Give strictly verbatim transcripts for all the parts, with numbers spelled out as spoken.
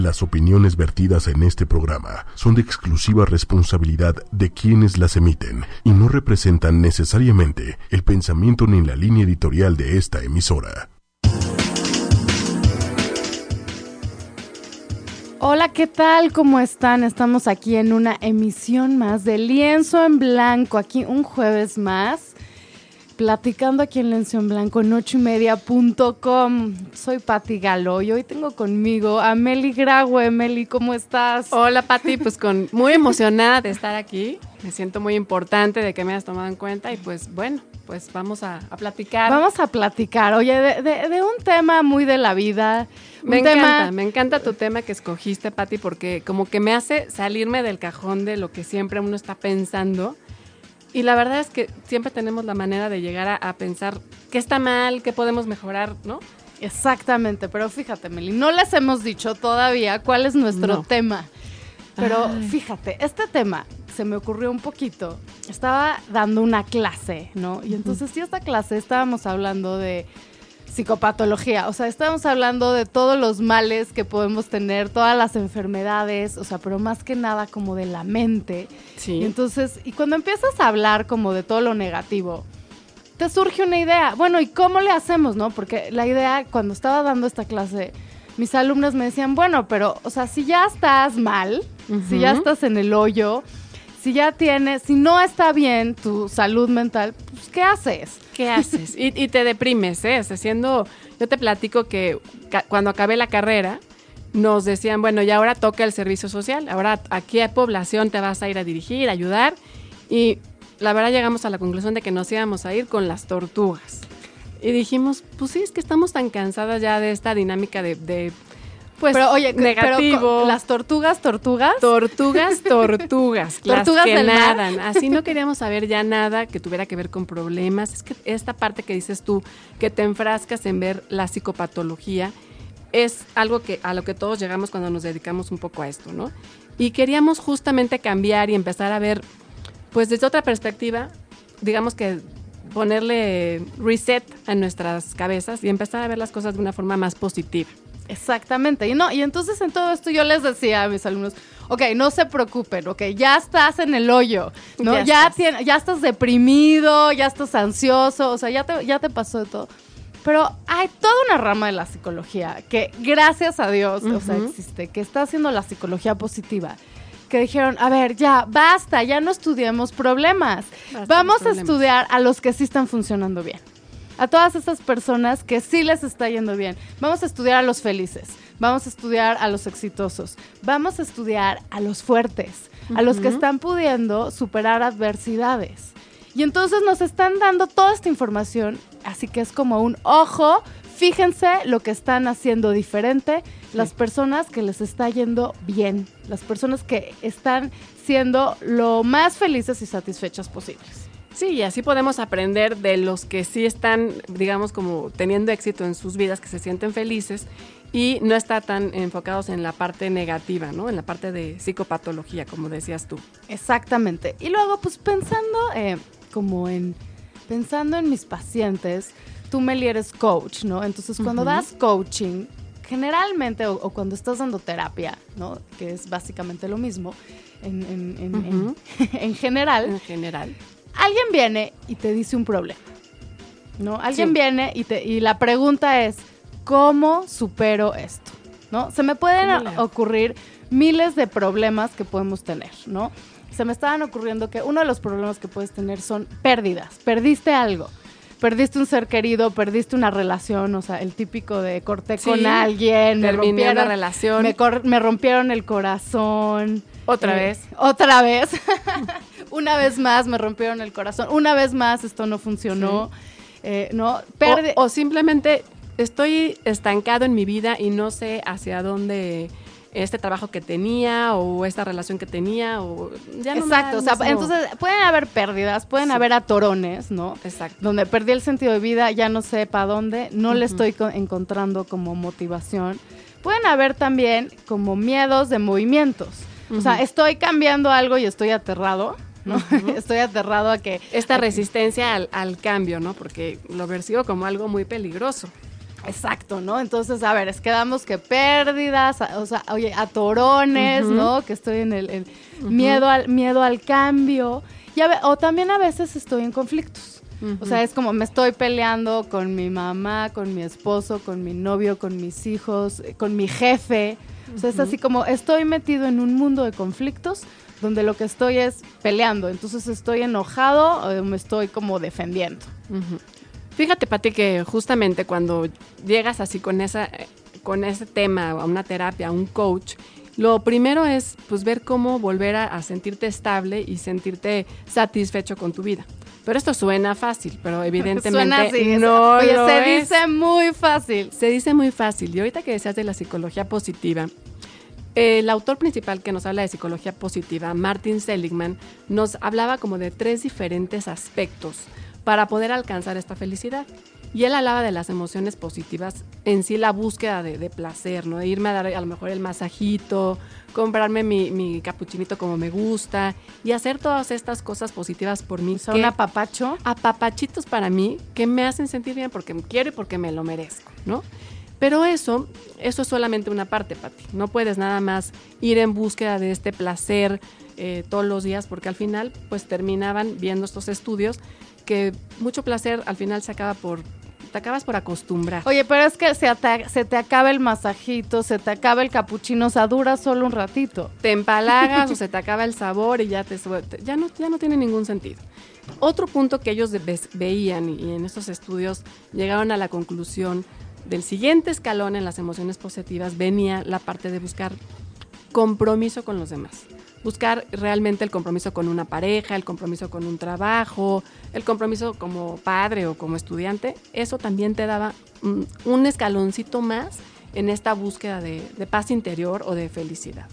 Las opiniones vertidas en este programa son de exclusiva responsabilidad de quienes las emiten y no representan necesariamente el pensamiento ni la línea editorial de esta emisora. Hola, ¿qué tal? ¿Cómo están? Estamos aquí en una emisión más de Lienzo en Blanco, aquí un jueves más, platicando aquí en Lienzo en Blanco en ocho y media punto com. Soy Pati Galo y hoy tengo conmigo a Meli Graue. Meli, ¿cómo estás? Hola, Pati, pues con muy emocionada de estar aquí. Me siento muy importante de que me hayas tomado en cuenta y pues bueno, pues vamos a, a platicar. Vamos a platicar, oye, de, de, de un tema muy de la vida. Me un encanta, tema... me encanta tu tema que escogiste, Pati, porque como que me hace salirme del cajón de lo que siempre uno está pensando. Y la verdad es que siempre tenemos la manera de llegar a, a pensar qué está mal, qué podemos mejorar, ¿no? Exactamente, pero fíjate, Meli, no les hemos dicho todavía cuál es nuestro No. tema. Pero Ay. fíjate, este tema se me ocurrió un poquito. Estaba dando una clase, ¿no? Y entonces, sí, esta clase estábamos hablando de psicopatología, o sea, estábamos hablando de todos los males que podemos tener, todas las enfermedades, o sea, pero más que nada como de la mente. Sí. Y entonces, y cuando empiezas a hablar como de todo lo negativo, te surge una idea. Bueno, ¿y cómo le hacemos, no? Porque la idea, cuando estaba dando esta clase, mis alumnos me decían, bueno, pero, o sea, si ya estás mal, uh-huh. si ya estás en el hoyo, si ya tienes, si no está bien tu salud mental, pues, ¿qué haces? ¿Qué haces? y, y te deprimes, ¿eh? O sea, siendo, yo te platico que ca- cuando acabé la carrera, nos decían, bueno, ya ahora toca el servicio social, ahora a qué población te vas a ir a dirigir, a ayudar, y la verdad llegamos a la conclusión de que nos íbamos a ir con las tortugas. Y dijimos, pues sí, es que estamos tan cansadas ya de esta dinámica de, de pues, pero, oye, negativo. Pero, ¿las tortugas, tortugas? Tortugas, tortugas. Tortugas las que del mar. nadan. Así no queríamos saber ya nada que tuviera que ver con problemas. Es que esta parte que dices tú, que te enfrascas en ver la psicopatología, es algo que a lo que todos llegamos cuando nos dedicamos un poco a esto, ¿no? Y queríamos justamente cambiar y empezar a ver, pues desde otra perspectiva, digamos que ponerle reset a nuestras cabezas y empezar a ver las cosas de una forma más positiva. Exactamente, y no, y entonces en todo esto yo les decía a mis alumnos, ok, no se preocupen, ok, ya estás en el hoyo, ¿no? Ya, ya, estás. Tien, ya estás deprimido, ya estás ansioso, o sea, ya te, ya te pasó de todo. Pero hay toda una rama de la psicología que, gracias a Dios, uh-huh. o sea, existe, que está haciendo la psicología positiva, que dijeron, a ver, ya, basta, ya no estudiemos problemas, basta vamos problemas. a estudiar a los que sí están funcionando bien. A todas esas personas que sí les está yendo bien. Vamos a estudiar a los felices, vamos a estudiar a los exitosos, vamos a estudiar a los fuertes, uh-huh. a los que están pudiendo superar adversidades. Y entonces nos están dando toda esta información, así que es como un ojo, fíjense lo que están haciendo diferente sí. las personas que les está yendo bien, las personas que están siendo lo más felices y satisfechas posibles. Sí, y así podemos aprender de los que sí están, digamos, como teniendo éxito en sus vidas, que se sienten felices y no están tan enfocados en la parte negativa, ¿no? En la parte de psicopatología, como decías tú. Exactamente. Y luego, pues pensando eh, como en, pensando en mis pacientes, tú, Meli, eres coach, ¿no? Entonces, cuando uh-huh. das coaching, generalmente, o, o cuando estás dando terapia, ¿no? Que es básicamente lo mismo, en, en, en, uh-huh. en, en general. En general. Alguien viene y te dice un problema, ¿no? Alguien sí. viene y, te, y la pregunta es, ¿cómo supero esto? ¿No? Se me pueden ocurrir miles de problemas que podemos tener, ¿no? Se me estaban ocurriendo que uno de los problemas que puedes tener son pérdidas. Perdiste algo. Perdiste un ser querido, perdiste una relación, o sea, el típico de corté sí, con alguien, me rompieron la relación. Me, cor- me rompieron el corazón. Otra eh, vez. Otra vez. Una vez más me rompieron el corazón. Una vez más esto no funcionó. Sí. Eh, no, Perde- o, o simplemente estoy estancado en mi vida y no sé hacia dónde este trabajo que tenía o esta relación que tenía o ya no exacto, o sea, no. entonces pueden haber pérdidas, pueden sí. haber atorones, ¿no? Exacto. Donde perdí el sentido de vida, ya no sé para dónde, no uh-huh. le estoy co- encontrando como motivación. Pueden haber también como miedos de movimientos. Uh-huh. O sea, estoy cambiando algo y estoy aterrado, ¿no? Uh-huh. Estoy aterrado a que esta a resistencia que... al, al cambio, ¿no? Porque lo percibo como algo muy peligroso. Exacto, ¿no? Entonces, a ver, es quedamos que pérdidas, o sea, oye, atorones, uh-huh. ¿no? Que estoy en el, el uh-huh. miedo al miedo al cambio. Y a ve- o también a veces estoy en conflictos. Uh-huh. O sea, es como me estoy peleando con mi mamá, con mi esposo, con mi novio, con mis hijos, con mi jefe. Uh-huh. O sea, es así como estoy metido en un mundo de conflictos donde lo que estoy es peleando. Entonces estoy enojado o me estoy como defendiendo. Uh-huh. Fíjate, Pati, que justamente cuando llegas así con esa, con ese tema a una terapia, a un coach, lo primero es pues ver cómo volver a, a sentirte estable y sentirte satisfecho con tu vida. Pero esto suena fácil, pero evidentemente suena así, no Oye, lo se es. dice muy fácil. Se dice muy fácil. Y ahorita que decías de la psicología positiva, el autor principal que nos habla de psicología positiva, Martin Seligman, nos hablaba como de tres diferentes aspectos para poder alcanzar esta felicidad. Y él hablaba de las emociones positivas, en sí la búsqueda de, de placer, ¿no? De irme a dar a lo mejor el masajito, comprarme mi, mi capuchinito como me gusta y hacer todas estas cosas positivas por mí. O sea, un apapacho. Apapachitos para mí que me hacen sentir bien porque quiero y porque me lo merezco, ¿no? Pero eso, eso es solamente una parte, Pati. No puedes nada más ir en búsqueda de este placer eh, todos los días porque al final pues terminaban viendo estos estudios que mucho placer al final se acaba por, te acabas por acostumbrar. Oye, pero es que se te, se te acaba el masajito, se te acaba el capuchino, o sea, dura solo un ratito. Te empalagas o se te acaba el sabor y ya te suelta. Ya no, ya no tiene ningún sentido. Otro punto que ellos ve, veían y en estos estudios llegaron a la conclusión del siguiente escalón en las emociones positivas venía la parte de buscar compromiso con los demás. Buscar realmente el compromiso con una pareja, el compromiso con un trabajo, el compromiso como padre o como estudiante. Eso también te daba un, un escaloncito más en esta búsqueda de, de paz interior o de felicidad.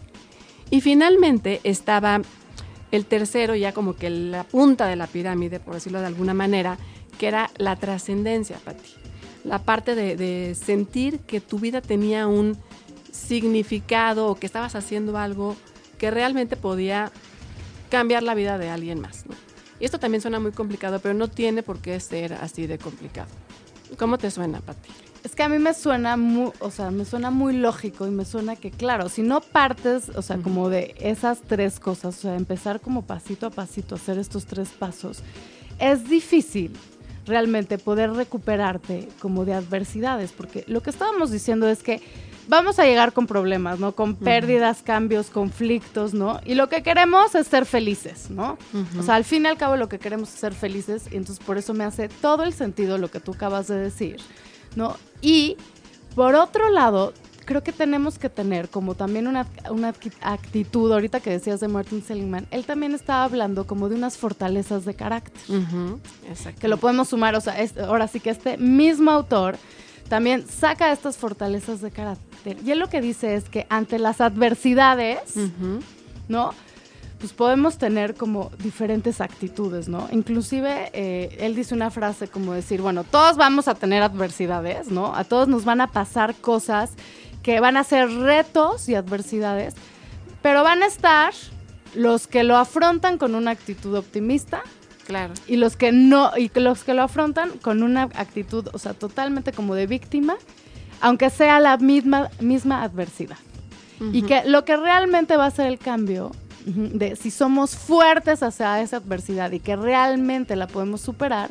Y finalmente estaba el tercero, ya como que la punta de la pirámide, por decirlo de alguna manera, que era la trascendencia, Pati. La parte de, de sentir que tu vida tenía un significado o que estabas haciendo algo que realmente podía cambiar la vida de alguien más, ¿no? Y esto también suena muy complicado, pero no tiene por qué ser así de complicado. ¿Cómo te suena, Pati? Es que a mí me suena muy, o sea, me suena muy lógico y me suena que, claro, si no partes, o sea, uh-huh. como de esas tres cosas, o sea, empezar como pasito a pasito, hacer estos tres pasos, es difícil realmente poder recuperarte como de adversidades, porque lo que estábamos diciendo es que vamos a llegar con problemas, ¿no? Con pérdidas, uh-huh. cambios, conflictos, ¿no? Y lo que queremos es ser felices, ¿no? Uh-huh. O sea, al fin y al cabo lo que queremos es ser felices y entonces por eso me hace todo el sentido lo que tú acabas de decir, ¿no? Y por otro lado, creo que tenemos que tener como también una, una actitud, ahorita que decías de Martin Seligman, él también estaba hablando como de unas fortalezas de carácter, uh-huh. que lo podemos sumar, o sea, es, ahora sí que este mismo autor también saca estas fortalezas de carácter. Y él lo que dice es que ante las adversidades, uh-huh. ¿no? Pues podemos tener como diferentes actitudes, ¿no? Inclusive, eh, él dice una frase como decir, bueno, todos vamos a tener adversidades, ¿no? A todos nos van a pasar cosas que van a ser retos y adversidades, pero van a estar los que lo afrontan con una actitud optimista. Claro. Y los que no, y los que lo afrontan con una actitud, o sea, totalmente como de víctima, aunque sea la misma, misma adversidad. Uh-huh. Y que lo que realmente va a ser el cambio, uh-huh, de si somos fuertes hacia esa adversidad y que realmente la podemos superar,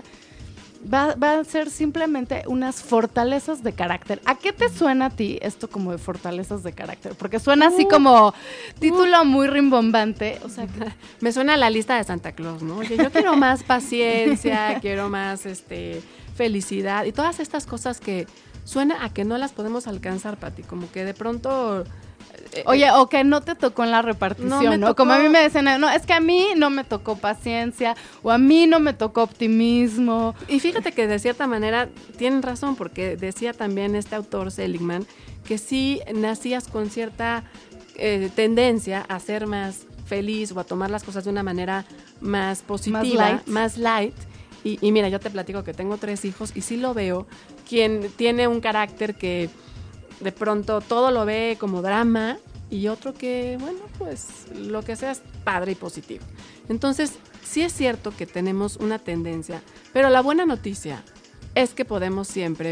va, va a ser simplemente unas fortalezas de carácter. ¿A qué te suena a ti esto como de fortalezas de carácter? Porque suena uh, así como título uh, muy rimbombante. O sea, que... me suena a la lista de Santa Claus, ¿no? Oye, yo quiero más paciencia, quiero más este, felicidad y todas estas cosas que suena a que no las podemos alcanzar, Pati, como que de pronto... Eh, Oye, o que no te tocó en la repartición, ¿no? ¿no? Como a mí me decían, no, es que a mí no me tocó paciencia o a mí no me tocó optimismo. Y fíjate que de cierta manera tienen razón, porque decía también este autor Seligman que sí nacías con cierta eh, tendencia a ser más feliz o a tomar las cosas de una manera más positiva, más light. Más light. Y, y mira, yo te platico que tengo tres hijos y sí lo veo, quien tiene un carácter que de pronto todo lo ve como drama y otro que, bueno, pues lo que sea es padre y positivo. Entonces, sí es cierto que tenemos una tendencia, pero la buena noticia es que podemos siempre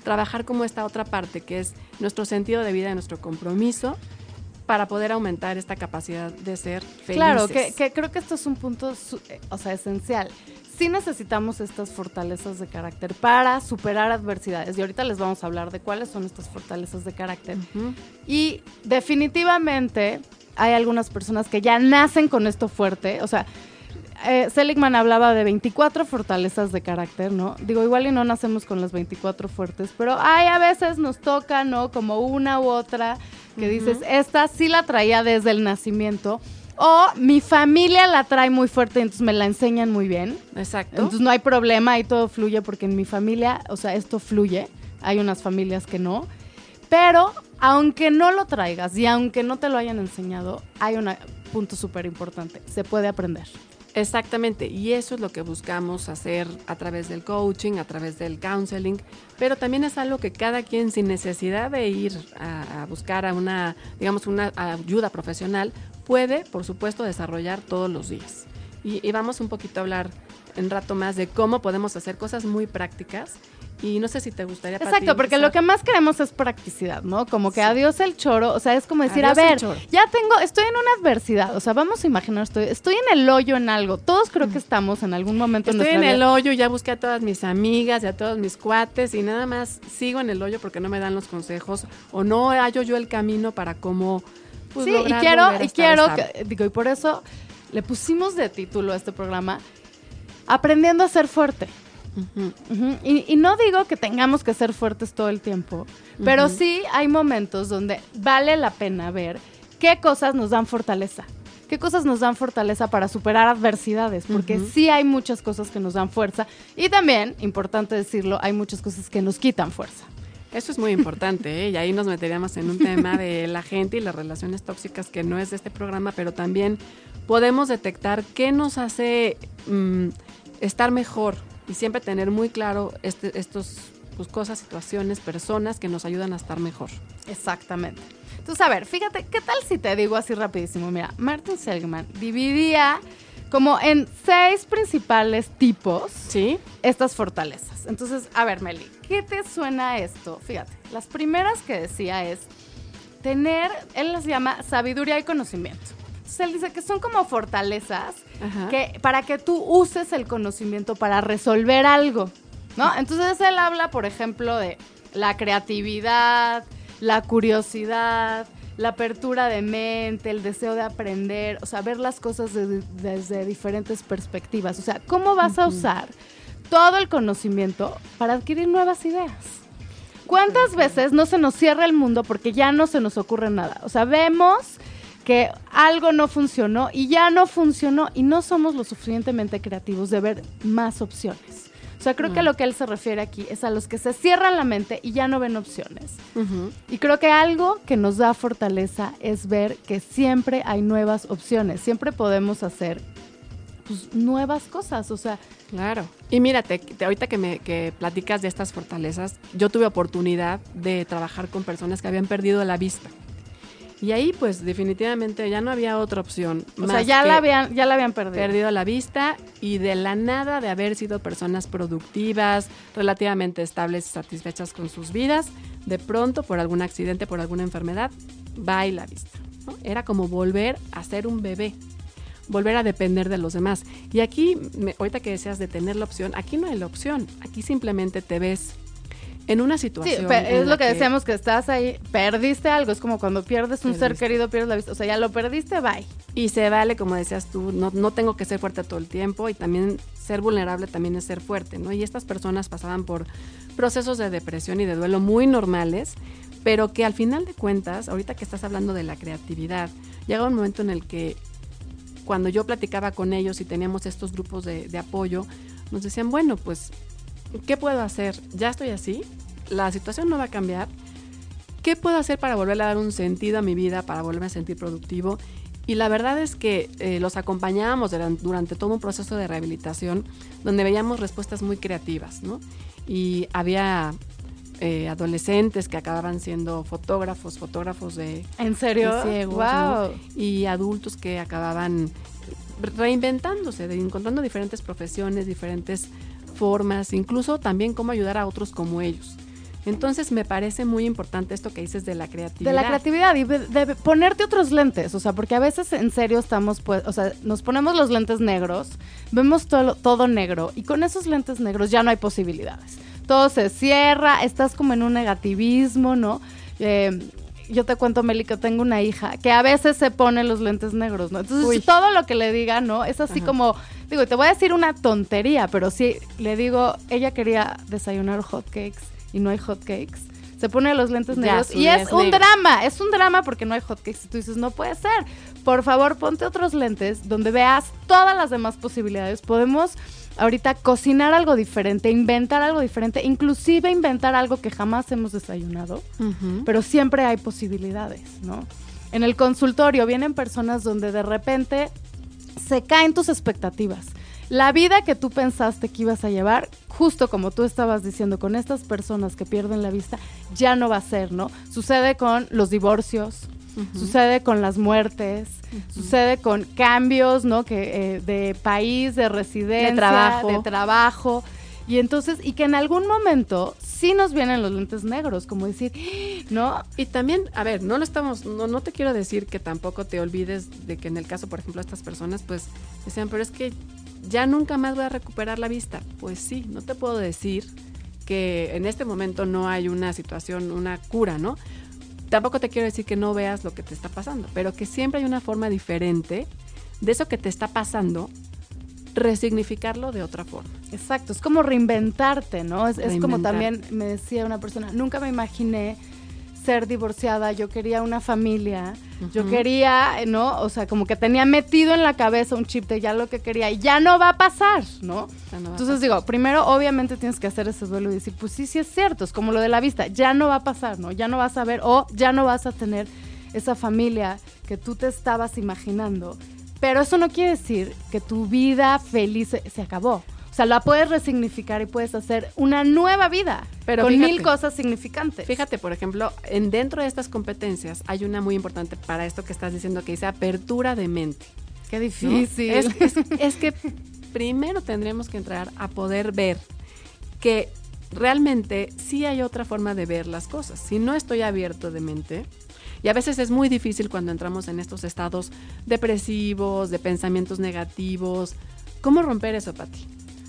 trabajar como esta otra parte, que es nuestro sentido de vida y nuestro compromiso para poder aumentar esta capacidad de ser felices. Claro, que, que creo que esto es un punto, o sea, esencial. Sí necesitamos estas fortalezas de carácter para superar adversidades. Y ahorita les vamos a hablar de cuáles son estas fortalezas de carácter. Uh-huh. Y definitivamente hay algunas personas que ya nacen con esto fuerte. O sea, eh, Seligman hablaba de veinticuatro fortalezas de carácter, ¿no? Digo, igual y no nacemos con las veinticuatro fuertes, pero hay a veces nos toca, ¿no? Como una u otra que uh-huh. dices, esta sí la traía desde el nacimiento. O mi familia la trae muy fuerte y entonces me la enseñan muy bien. Exacto. Entonces no hay problema y todo fluye porque en mi familia, o sea, esto fluye. Hay unas familias que no. Pero aunque no lo traigas y aunque no te lo hayan enseñado, hay un punto súper importante. Se puede aprender. Exactamente, y eso es lo que buscamos hacer a través del coaching, a través del counseling, pero también es algo que cada quien, sin necesidad de ir a, a buscar a una, digamos, una ayuda profesional, puede, por supuesto, desarrollar todos los días. Y, y vamos un poquito a hablar un rato más de cómo podemos hacer cosas muy prácticas. Y no sé si te gustaría... Exacto, Pati, porque lo que más queremos es practicidad, ¿no? Como que sí. Adiós el choro, o sea, es como decir, adiós a ver, ya tengo, estoy en una adversidad, o sea, vamos a imaginar, estoy, estoy en el hoyo en algo, todos creo que estamos en algún momento estoy en nuestra vida. Estoy en el hoyo, ya busqué a todas mis amigas y a todos mis cuates y nada más sigo en el hoyo porque no me dan los consejos o no hallo yo el camino para cómo... Pues, sí, y quiero, y quiero, que, digo, y por eso le pusimos de título a este programa, Aprendiendo a ser fuerte. Uh-huh. Uh-huh. Y, y no digo que tengamos que ser fuertes todo el tiempo, uh-huh. pero sí hay momentos donde vale la pena ver qué cosas nos dan fortaleza, qué cosas nos dan fortaleza para superar adversidades, porque uh-huh. sí hay muchas cosas que nos dan fuerza y también, importante decirlo, hay muchas cosas que nos quitan fuerza. Eso es muy importante, ¿eh? Y ahí nos meteríamos en un tema de la gente y las relaciones tóxicas que no es de este programa, pero también podemos detectar qué nos hace mmm, estar mejor y siempre tener muy claro este, estos pues, cosas, situaciones, personas que nos ayudan a estar mejor. Exactamente. Entonces, a ver, fíjate, ¿qué tal si te digo así rapidísimo? Mira, Martin Seligman dividía como en seis principales tipos ¿sí? estas fortalezas. Entonces, a ver, Meli, ¿qué te suena esto? Fíjate, las primeras que decía es tener, él las llama sabiduría y conocimiento. Entonces, él dice que son como fortalezas que, para que tú uses el conocimiento para resolver algo, ¿no? Entonces, él habla, por ejemplo, de la creatividad, la curiosidad, la apertura de mente, el deseo de aprender, o sea, ver las cosas de, de, desde diferentes perspectivas. O sea, ¿cómo vas uh-huh. a usar todo el conocimiento para adquirir nuevas ideas? ¿Cuántas uh-huh. veces no se nos cierra el mundo porque ya no se nos ocurre nada? O sea, vemos que algo no funcionó y ya no funcionó y no somos lo suficientemente creativos de ver más opciones. O sea, creo uh-huh. que a lo que él se refiere aquí es a los que se cierran la mente y ya no ven opciones. Uh-huh. Y creo que algo que nos da fortaleza es ver que siempre hay nuevas opciones. Siempre podemos hacer pues, nuevas cosas, o sea... Claro. Y mírate, te, ahorita que, me, que platicas de estas fortalezas, yo tuve oportunidad de trabajar con personas que habían perdido la vista. Y ahí, pues, definitivamente ya no había otra opción. O sea, ya la habían, ya la habían perdido. Perdido la vista y de la nada de haber sido personas productivas, relativamente estables y satisfechas con sus vidas, de pronto, por algún accidente, por alguna enfermedad, va y la vista, ¿no? Era como volver a ser un bebé, volver a depender de los demás. Y aquí, me, ahorita que decías de tener la opción, aquí no hay la opción. Aquí simplemente te ves en una situación. Sí, pero es lo que, que decíamos, que estás ahí, perdiste algo, es como cuando pierdes un perdiste. ser querido, pierdes la vista, o sea, ya lo perdiste, bye. Y se vale, como decías tú, no, no tengo que ser fuerte todo el tiempo y también ser vulnerable también es ser fuerte, ¿no? Y estas personas pasaban por procesos de depresión y de duelo muy normales, pero que al final de cuentas, ahorita que estás hablando de la creatividad, llega un momento en el que cuando yo platicaba con ellos y teníamos estos grupos de, de apoyo, nos decían, bueno, pues, ¿qué puedo hacer? Ya estoy así, la situación no va a cambiar. ¿Qué puedo hacer para volverle a dar un sentido a mi vida, para volverme a sentir productivo? Y la verdad es que eh, los acompañábamos durante, durante todo un proceso de rehabilitación donde veíamos respuestas muy creativas, ¿no? Y había eh, adolescentes que acababan siendo fotógrafos, fotógrafos de... ¿En serio? De ciegos, wow. ¿no? Y adultos que acababan reinventándose, de, encontrando diferentes profesiones, diferentes formas, incluso también cómo ayudar a otros como ellos. Entonces me parece muy importante esto que dices de la creatividad. De la creatividad y de, de ponerte otros lentes, o sea, porque a veces en serio estamos, pues, o sea, nos ponemos los lentes negros, vemos todo, todo negro y con esos lentes negros ya no hay posibilidades. Todo se cierra, estás como en un negativismo, ¿no? Eh, yo te cuento, Meli, que tengo una hija que a veces se pone los lentes negros, ¿no? Entonces, Uy. todo lo que le diga, ¿no? Es así Ajá. como, digo, te voy a decir una tontería, pero sí, le digo, ella quería desayunar hotcakes y no hay hotcakes, se pone los lentes negros ya, y es, es un negro. drama, es un drama porque no hay hotcakes y tú dices, no puede ser, por favor ponte otros lentes donde veas todas las demás posibilidades, podemos ahorita cocinar algo diferente, inventar algo diferente, inclusive inventar algo que jamás hemos desayunado, uh-huh. pero siempre hay posibilidades, ¿no? En el consultorio vienen personas donde de repente se caen tus expectativas. La vida que tú pensaste que ibas a llevar, justo como tú estabas diciendo, con estas personas que pierden la vista, ya no va a ser, ¿no? Sucede con los divorcios, uh-huh. sucede con las muertes, uh-huh. sucede con cambios, ¿no? Que eh, de país, de residencia, de trabajo. de trabajo. Y entonces, y que en algún momento sí nos vienen los lentes negros, como decir, ¿no? Y también, a ver, no lo estamos, no, no te quiero decir que tampoco te olvides de que en el caso, por ejemplo, de estas personas, pues, decían, pero es que ya nunca más voy a recuperar la vista. Pues sí, no te puedo decir que en este momento no hay una situación, una cura, ¿no? Tampoco te quiero decir que no veas lo que te está pasando, pero que siempre hay una forma diferente de eso que te está pasando, resignificarlo de otra forma. Exacto, es como reinventarte, ¿no? Es, es como también me decía una persona, nunca me imaginé ser divorciada, yo quería una familia, uh-huh. yo quería, ¿no? O sea, como que tenía metido en la cabeza un chip de ya lo que quería y ya no va a pasar, ¿no? Ya no va Entonces a pasar. Digo, primero obviamente tienes que hacer ese duelo y decir, pues sí, sí es cierto, es como lo de la vista, ya no va a pasar, ¿no? Ya no vas a ver o ya no vas a tener esa familia que tú te estabas imaginando, pero eso no quiere decir que tu vida feliz se, se acabó. O sea, la puedes resignificar y puedes hacer una nueva vida, pero con fíjate, mil cosas significantes. Fíjate, por ejemplo, en dentro de estas competencias hay una muy importante para esto que estás diciendo, que dice apertura de mente. Qué difícil. ¿No? Es, es, es que primero tendremos que entrar a poder ver que realmente sí hay otra forma de ver las cosas. Si no estoy abierto de mente, y a veces es muy difícil cuando entramos en estos estados depresivos, de pensamientos negativos. ¿Cómo romper eso, Pati?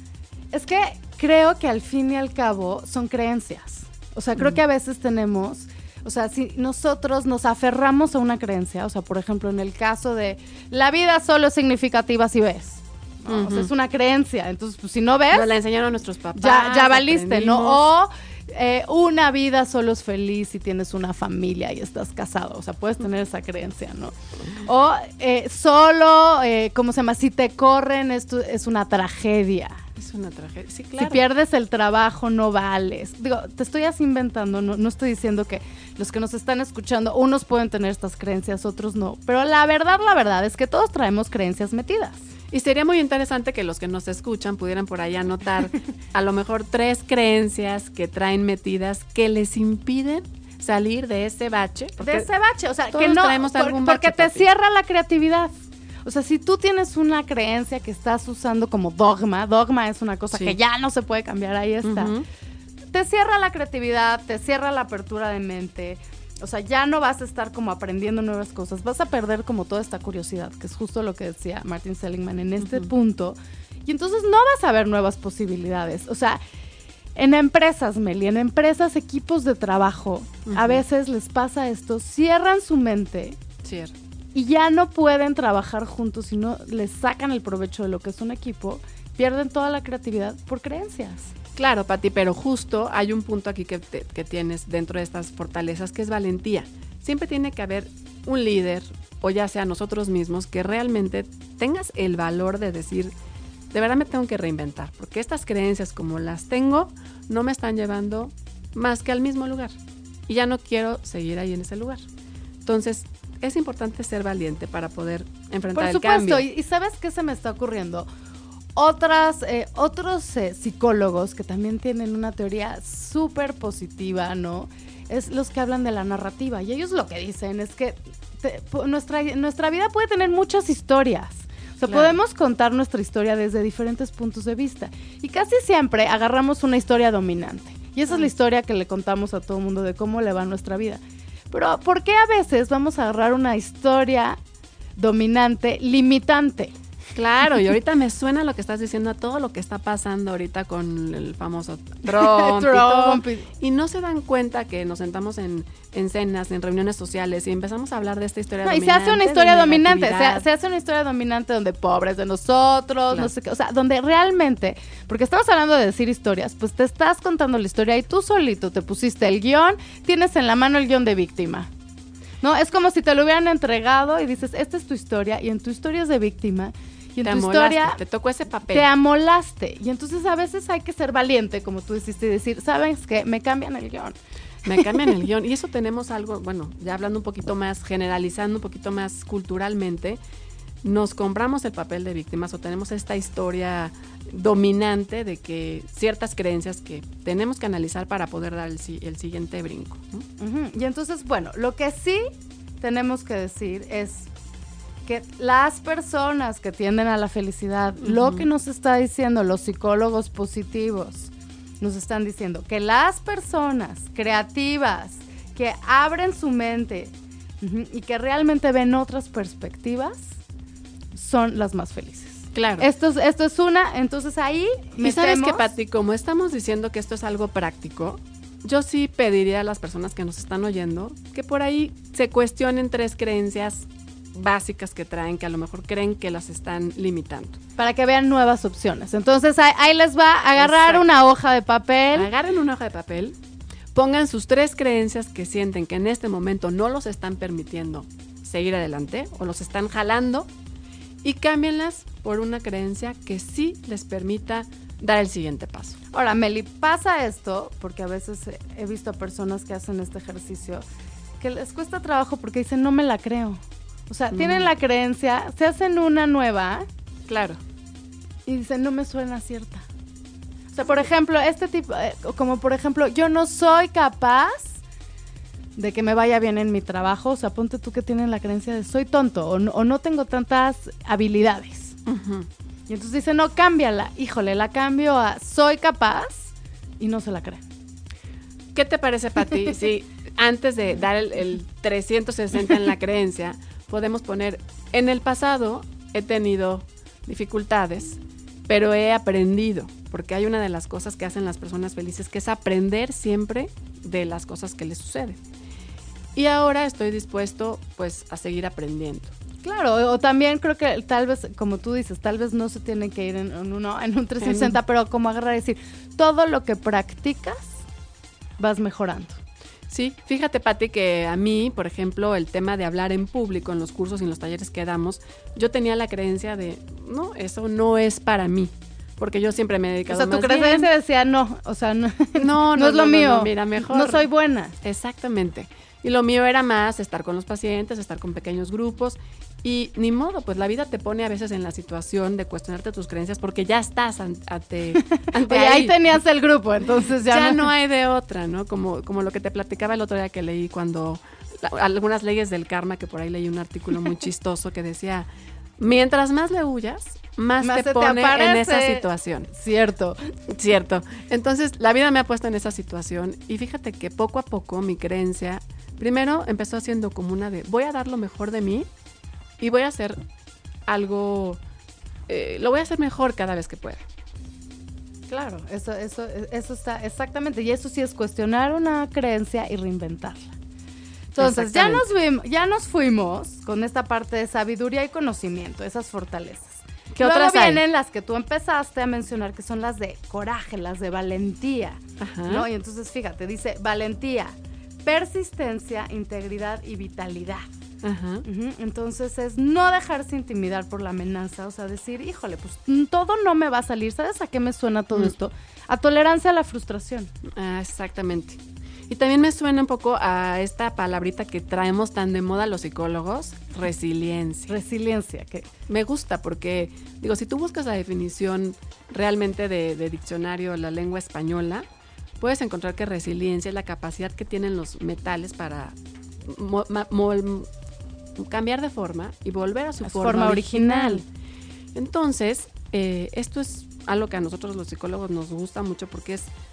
Es que creo que al fin y al cabo son creencias. O sea, creo mm. que a veces tenemos, o sea, si nosotros nos aferramos a una creencia, o sea, por ejemplo, en el caso de la vida solo es significativa si ves. ¿No? Uh-huh. O sea, es una creencia. Entonces, pues si no ves, nos la enseñaron a nuestros papás. Ya, ya valiste, ¿no? O eh, una vida solo es feliz si tienes una familia y estás casado. O sea, puedes tener esa creencia, ¿no? O eh, solo, eh, ¿cómo se llama? Si te corren, esto es una tragedia. Es una tragedia, sí, claro. Si pierdes el trabajo, no vales. Digo, te estoy así inventando, no, no estoy diciendo que los que nos están escuchando, unos pueden tener estas creencias, otros no. Pero la verdad, la verdad es que todos traemos creencias metidas. Y sería muy interesante que los que nos escuchan pudieran por ahí anotar a lo mejor tres creencias que traen metidas que les impiden salir de ese bache. De ese bache, o sea, que no, traemos algún por, porque bache, te papi. cierra la creatividad. O sea, si tú tienes una creencia que estás usando como dogma, dogma es una cosa sí. que ya no se puede cambiar, ahí está. Uh-huh. Te cierra la creatividad, te cierra la apertura de mente. O sea, ya no vas a estar como aprendiendo nuevas cosas, vas a perder como toda esta curiosidad, que es justo lo que decía Martin Seligman en este uh-huh. punto. Y entonces no vas a ver nuevas posibilidades. O sea, en empresas, Meli, en empresas, equipos de trabajo, uh-huh. a veces les pasa esto, cierran su mente. Cierto. Y ya no pueden trabajar juntos, sino les sacan el provecho de lo que es un equipo, pierden toda la creatividad por creencias. Claro, Pati, pero justo hay un punto aquí que, te, que tienes dentro de estas fortalezas, que es valentía. Siempre tiene que haber un líder, o ya sea nosotros mismos, que realmente tengas el valor de decir, de verdad me tengo que reinventar, porque estas creencias como las tengo, no me están llevando más que al mismo lugar. Y ya no quiero seguir ahí en ese lugar. Entonces, es importante ser valiente para poder enfrentar el cambio. Por supuesto, y ¿sabes qué se me está ocurriendo? Otras, eh, otros eh, psicólogos que también tienen una teoría súper positiva, ¿no? Es los que hablan de la narrativa. Y ellos lo que dicen es que te, nuestra, nuestra vida puede tener muchas historias. O sea, claro. podemos contar nuestra historia desde diferentes puntos de vista. Y casi siempre agarramos una historia dominante. Y esa es la historia que le contamos a todo el mundo de cómo le va nuestra vida. Pero ¿por qué a veces vamos a agarrar una historia dominante, limitante? Claro, y ahorita me suena lo que estás diciendo a todo lo que está pasando ahorita con el famoso Trump, Trump. y todo. Y no se dan cuenta que nos sentamos en, en cenas, en reuniones sociales y empezamos a hablar de esta historia no, dominante. Y se hace una historia de dominante, se, negatividad. se hace una historia dominante donde pobres de nosotros, Claro. no sé qué, o sea, donde realmente, porque estamos hablando de decir historias, pues te estás contando la historia y tú solito te pusiste el guión, tienes en la mano el guión de víctima. No, es como si te lo hubieran entregado y dices, esta es tu historia, y en tu historia es de víctima. Y en te tu amolaste, historia te tocó ese papel. te amolaste. Y entonces a veces hay que ser valiente, como tú dijiste, y decir, ¿sabes qué? Me cambian el guión. Me cambian el guión. Y eso tenemos algo, bueno, ya hablando un poquito más, generalizando un poquito más culturalmente, nos compramos el papel de víctimas o tenemos esta historia dominante de que ciertas creencias que tenemos que analizar para poder dar el, el siguiente brinco, ¿no? Uh-huh. Y entonces, bueno, lo que sí tenemos que decir es que las personas que tienden a la felicidad, uh-huh. lo que nos está diciendo los psicólogos positivos, nos están diciendo que las personas creativas que abren su mente uh-huh, y que realmente ven otras perspectivas son las más felices. Claro. Esto es, esto es una, entonces ahí y sabes que, Pati, como estamos diciendo que esto es algo práctico, yo sí pediría a las personas que nos están oyendo que por ahí se cuestionen tres creencias básicas que traen, que a lo mejor creen que las están limitando. Para que vean nuevas opciones. Entonces ahí, ahí les va a agarrar Exacto. una hoja de papel. Agarren una hoja de papel, pongan sus tres creencias que sienten que en este momento no los están permitiendo seguir adelante o los están jalando y cámbienlas por una creencia que sí les permita dar el siguiente paso. Ahora, Meli, pasa esto, porque a veces he visto a personas que hacen este ejercicio que les cuesta trabajo porque dicen, no me la creo. O sea, mm. tienen la creencia, se hacen una nueva. Claro. Y dicen, no me suena cierta. O sea, por ejemplo, este tipo, eh, como por ejemplo, yo no soy capaz de que me vaya bien en mi trabajo. O sea, ponte tú que tienen la creencia de soy tonto o no, o no tengo tantas habilidades. Uh-huh. Y entonces dicen, no, cámbiala. Híjole, la cambio a soy capaz y no se la creen. ¿Qué te parece, Pati? Si antes de dar el, el trescientos sesenta en la creencia, podemos poner, en el pasado he tenido dificultades, pero he aprendido, porque hay una de las cosas que hacen las personas felices, que es aprender siempre de las cosas que les suceden. Y ahora estoy dispuesto, pues, a seguir aprendiendo. Claro, o también creo que tal vez, como tú dices, tal vez no se tiene que ir en, en, uno, en un trescientos sesenta, en... pero como agarrar y decir, todo lo que practicas, vas mejorando. Sí, fíjate, Pati, que a mí, por ejemplo, el tema de hablar en público en los cursos y en los talleres que damos, yo tenía la creencia de, no, eso no es para mí, porque yo siempre me he dedicado más bien. O sea, tu creencia bien. decía, no, o sea, no, no, no, no es lo no, mío, no, no, mira, mejor. No soy buena. Exactamente. Y lo mío era más estar con los pacientes, estar con pequeños grupos. Y ni modo, pues la vida te pone a veces en la situación de cuestionarte tus creencias porque ya estás ante, ante Oye, ahí. ahí tenías el grupo, entonces ya, ya no. no hay de otra, ¿no? Como, como lo que te platicaba el otro día que leí cuando la, algunas leyes del karma, que por ahí leí un artículo muy chistoso que decía, mientras más le huyas, más, más te pone te en esa situación. Cierto. Cierto. Entonces, la vida me ha puesto en esa situación y fíjate que poco a poco mi creencia, primero empezó haciendo como una de, voy a dar lo mejor de mí y voy a hacer algo, eh, lo voy a hacer mejor cada vez que pueda. Claro, eso, eso, eso está exactamente, y eso sí es cuestionar una creencia y reinventarla. Entonces, ya nos, ya nos fuimos con esta parte de sabiduría y conocimiento, esas fortalezas. ¿Qué Luego otras vienen hay? Las que tú empezaste a mencionar, que son las de coraje, las de valentía. Ajá. ¿No? Y entonces, fíjate, dice valentía, persistencia, integridad y vitalidad. Ajá. Uh-huh. Entonces es no dejarse intimidar por la amenaza, o sea, decir, híjole, pues todo no me va a salir. ¿Sabes a qué me suena todo mm. esto? A tolerancia a la frustración. Ah, exactamente. Y también me suena un poco a esta palabrita que traemos tan de moda los psicólogos, resiliencia. Resiliencia, que me gusta porque, digo, si tú buscas la definición realmente de, de diccionario de la lengua española, puedes encontrar que resiliencia es la capacidad que tienen los metales para mo, ma, mo, cambiar de forma y volver a su forma, forma original. original. Entonces, eh, esto es algo que a nosotros los psicólogos nos gusta mucho porque es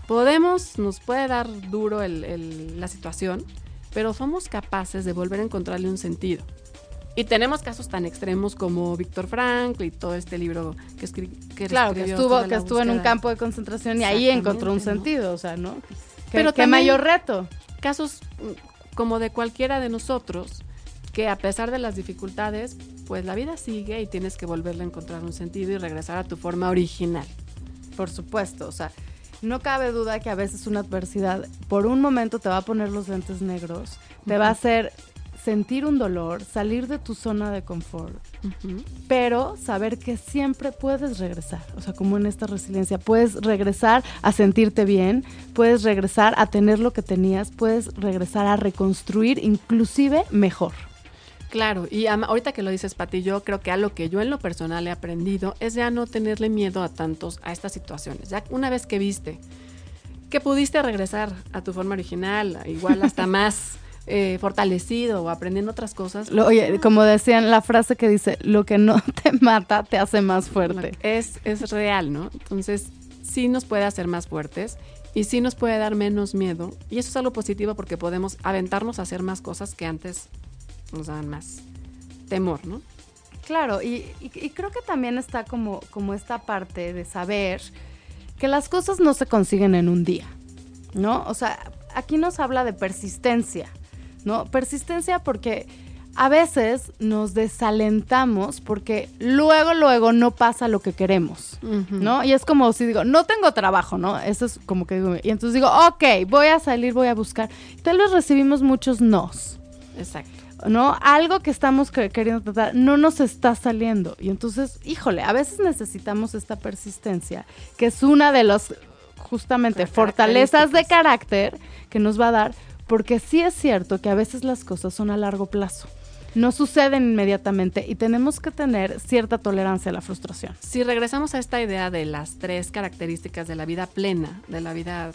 podemos, nos puede dar duro el, el, la situación, pero somos capaces de volver a encontrarle un sentido. Y tenemos casos tan extremos como Víctor Frankl y todo este libro que, escri- que claro, que estuvo, que estuvo en un campo de concentración y ahí encontró un ¿no? sentido, o sea, ¿no? ¿Qué, pero qué mayor reto? Casos como de cualquiera de nosotros, que a pesar de las dificultades, pues la vida sigue y tienes que volverle a encontrar un sentido y regresar a tu forma original. Por supuesto, o sea, no cabe duda que a veces una adversidad por un momento te va a poner los lentes negros, te uh-huh. va a hacer sentir un dolor, salir de tu zona de confort, uh-huh. pero saber que siempre puedes regresar, o sea, como en esta resiliencia, puedes regresar a sentirte bien, puedes regresar a tener lo que tenías, puedes regresar a reconstruir inclusive mejor. Claro, y ahorita que lo dices, Pati, yo creo que algo que yo en lo personal he aprendido es ya no tenerle miedo a tantos, a estas situaciones. Ya una vez que viste que pudiste regresar a tu forma original, igual hasta más eh, fortalecido o aprendiendo otras cosas. Lo, oye, como decían, la frase que dice, lo que no te mata te hace más fuerte. Es, es real, ¿no? Entonces, sí nos puede hacer más fuertes y sí nos puede dar menos miedo. Y eso es algo positivo porque podemos aventarnos a hacer más cosas que antes nos dan más temor, ¿no? Claro, y, y, y creo que también está como, como esta parte de saber que las cosas no se consiguen en un día, ¿no? O sea, aquí nos habla de persistencia, ¿no? Persistencia porque a veces nos desalentamos porque luego, luego no pasa lo que queremos, uh-huh. ¿no? Y es como si digo, no tengo trabajo, ¿no? Eso es como que digo, y entonces digo, ok, voy a salir, voy a buscar. Tal vez recibimos muchos nos. Exacto. ¿No? Algo que estamos queriendo tratar no nos está saliendo. Y entonces, híjole, a veces necesitamos esta persistencia, que es una de las, justamente, fortalezas de carácter que nos va a dar, porque sí es cierto que a veces las cosas son a largo plazo. No suceden inmediatamente y tenemos que tener cierta tolerancia a la frustración. Si regresamos a esta idea de las tres características de la vida plena, de la vida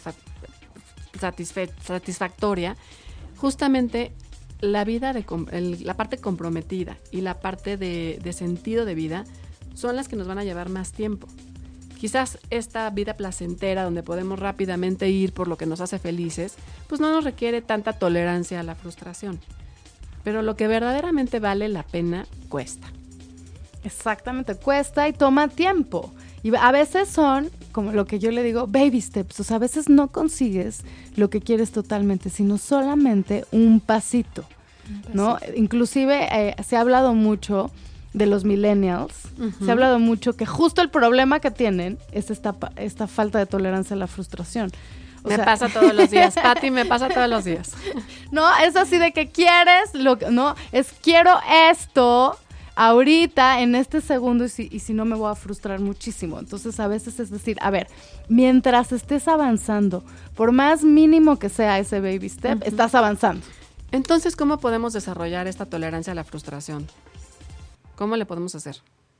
satisfe- satisfactoria, justamente la vida de el, la parte comprometida y la parte de, de sentido de vida son las que nos van a llevar más tiempo. Quizás esta vida placentera donde podemos rápidamente ir por lo que nos hace felices, pues no nos requiere tanta tolerancia a la frustración. Pero lo que verdaderamente vale la pena cuesta. Exactamente, cuesta y toma tiempo. Y a veces son, como lo que yo le digo, baby steps. O sea, a veces no consigues lo que quieres totalmente, sino solamente un pasito, un pasito. ¿No? Inclusive eh, se ha hablado mucho de los millennials. Uh-huh. Se ha hablado mucho que justo el problema que tienen es esta, esta falta de tolerancia a la frustración. O me sea, pasa todos los días, Pati, me pasa todos los días. No, es así de que quieres, lo, no, es quiero esto ahorita, en este segundo, y si, y si no me voy a frustrar muchísimo. Entonces, a veces es decir, a ver, mientras estés avanzando, por más mínimo que sea ese baby step, uh-huh. estás avanzando. Entonces, ¿cómo podemos desarrollar esta tolerancia a la frustración? ¿Cómo le podemos hacer?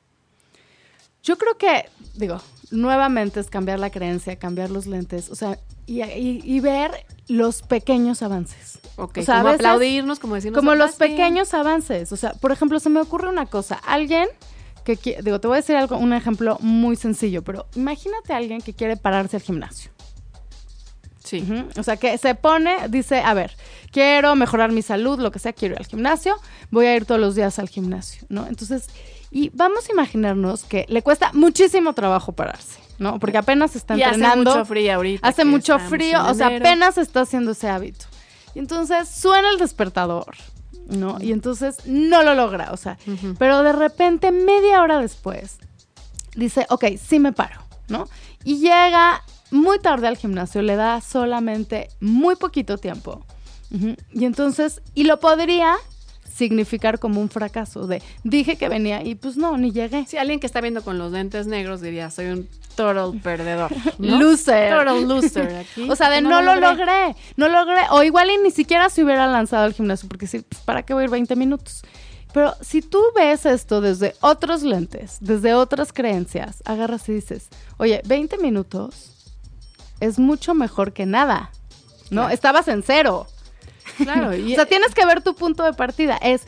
Yo creo que, digo, nuevamente es cambiar la creencia, cambiar los lentes, o sea, y, y, y ver los pequeños avances. Ok, o sea, como veces, aplaudirnos, como decirnos. Como los sí. pequeños avances. O sea, por ejemplo, se me ocurre una cosa. Alguien que, digo, te voy a decir algo, un ejemplo muy sencillo, pero imagínate a alguien que quiere pararse al gimnasio. Sí. Uh-huh. O sea, que se pone, dice, a ver, quiero mejorar mi salud, lo que sea, quiero ir al gimnasio, voy a ir todos los días al gimnasio, ¿no? Entonces, y vamos a imaginarnos que le cuesta muchísimo trabajo pararse, ¿no? Porque apenas está y entrenando. Hace mucho frío ahorita. Hace mucho frío, o sea, apenas está haciendo ese hábito. Y entonces suena el despertador, ¿no? Y entonces no lo logra, o sea, uh-huh. pero de repente, media hora después, dice, ok, sí me paro, ¿no? Y llega muy tarde al gimnasio, le da solamente muy poquito tiempo. Uh-huh. Y entonces, y lo podría significar como un fracaso de, dije que venía y pues no, ni llegué. Si alguien que está viendo con los lentes negros diría, soy un total perdedor, ¿no? Loser. Total loser. Aquí, o sea, de no, no lo logré. logré, no logré, o igual y ni siquiera se hubiera lanzado al gimnasio, porque sí, pues, ¿para qué voy a ir veinte minutos? Pero si tú ves esto desde otros lentes, desde otras creencias, agarras y dices, oye, veinte minutos es mucho mejor que nada, ¿no? Claro. Estabas en cero. Claro. Y o sea, tienes que ver tu punto de partida. Es,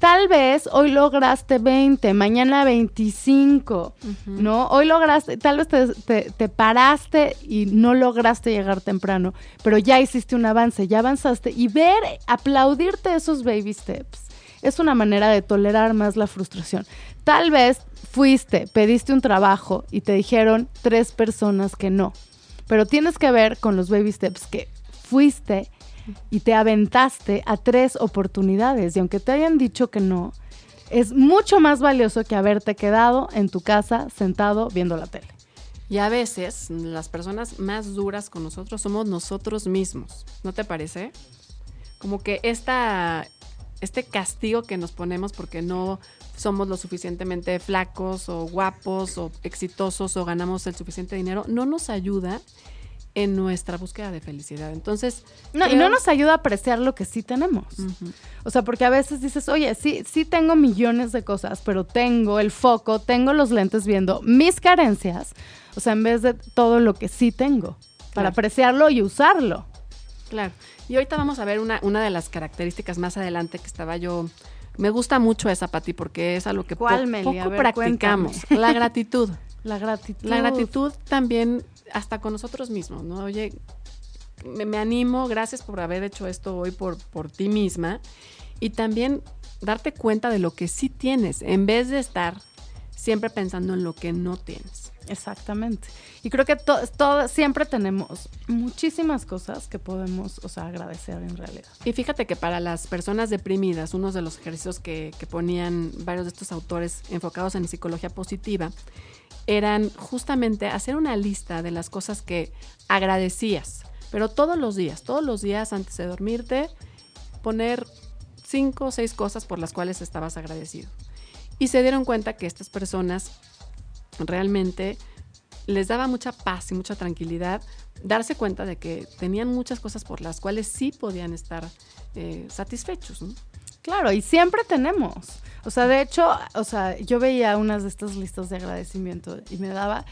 tal vez hoy lograste veinte, mañana veinticinco, uh-huh. ¿no? Hoy lograste, tal vez te, te, te paraste y no lograste llegar temprano, pero ya hiciste un avance, ya avanzaste, y ver, aplaudirte esos baby steps es una manera de tolerar más la frustración. Tal vez fuiste, pediste un trabajo y te dijeron tres personas que no, pero tienes que ver con los baby steps que fuiste y te aventaste a tres oportunidades, y aunque te hayan dicho que no, es mucho más valioso que haberte quedado en tu casa sentado viendo la tele. Y a veces las personas más duras con nosotros somos nosotros mismos, ¿no te parece? Como que esta, este castigo que nos ponemos porque no somos lo suficientemente flacos o guapos o exitosos o ganamos el suficiente dinero, no nos ayuda en nuestra búsqueda de felicidad. Entonces, no, creo... y no nos ayuda a apreciar lo que sí tenemos. Uh-huh. O sea, porque a veces dices, oye, sí, sí tengo millones de cosas, pero tengo el foco, tengo los lentes viendo mis carencias, o sea, en vez de todo lo que sí tengo, claro, para apreciarlo y usarlo. Claro. Y ahorita vamos a ver una, una de las características más adelante que estaba yo... Me gusta mucho esa, Pati, porque es algo que po- Meli? poco ver, practicamos. Cuéntame. La gratitud. La gratitud. La gratitud también... hasta con nosotros mismos, ¿no? Oye, me, me animo, gracias por haber hecho esto hoy por, por ti misma, y también darte cuenta de lo que sí tienes, en vez de estar siempre pensando en lo que no tienes. Exactamente. Y creo que to- to- siempre tenemos muchísimas cosas que podemos, o sea, agradecer en realidad. Y fíjate que para las personas deprimidas, uno de los ejercicios que, que ponían varios de estos autores enfocados en psicología positiva, eran justamente hacer una lista de las cosas que agradecías, pero todos los días, todos los días antes de dormirte, poner cinco o seis cosas por las cuales estabas agradecido. Y se dieron cuenta que estas personas realmente les daba mucha paz y mucha tranquilidad darse cuenta de que tenían muchas cosas por las cuales sí podían estar eh, satisfechos, ¿no? Claro, y siempre tenemos. O sea, de hecho, o sea, yo veía unas de estas listas de agradecimiento y me daba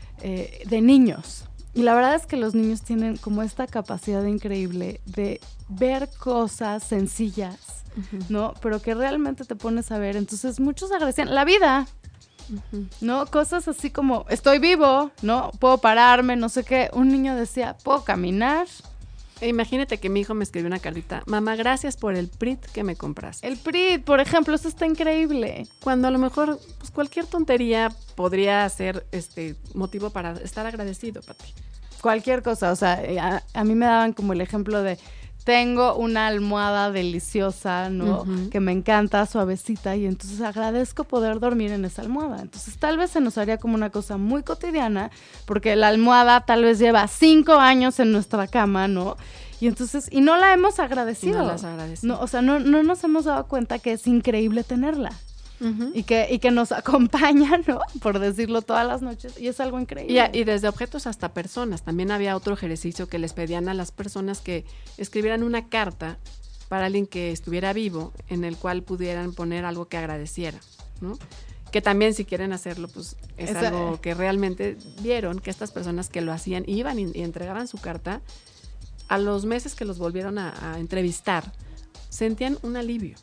eh, de niños. Y la verdad es que los niños tienen como esta capacidad increíble de ver cosas sencillas, uh-huh. ¿no? Pero que realmente te pones a ver. Entonces, muchos agradecían la vida, uh-huh. ¿no? Cosas así como, estoy vivo, ¿no? Puedo pararme, no sé qué. Un niño decía, puedo caminar. Imagínate que mi hijo me escribió una cartita, mamá, gracias por el P R I T que me compraste. El P R I T, por ejemplo, eso está increíble. Cuando a lo mejor pues cualquier tontería podría ser este motivo para estar agradecido, Pati. Cualquier cosa, o sea, a, a mí me daban como el ejemplo de, tengo una almohada deliciosa, ¿no? Uh-huh. Que me encanta, suavecita, y entonces agradezco poder dormir en esa almohada. Entonces tal vez se nos haría como una cosa muy cotidiana, porque la almohada tal vez lleva cinco años en nuestra cama, ¿no? Y entonces, y no la hemos agradecido. No las agradecido. No, o sea, no, no nos hemos dado cuenta que es increíble tenerla. Uh-huh. Y que y que nos acompaña, ¿no? Por decirlo, todas las noches, y es algo increíble. Y, a, y desde objetos hasta personas. También había otro ejercicio que les pedían a las personas que escribieran una carta para alguien que estuviera vivo, en el cual pudieran poner algo que agradeciera, ¿no? Que también, si quieren hacerlo, pues es Esa, algo que realmente vieron que estas personas que lo hacían iban y, y entregaban su carta, a los meses que los volvieron a, a entrevistar, sentían un alivio.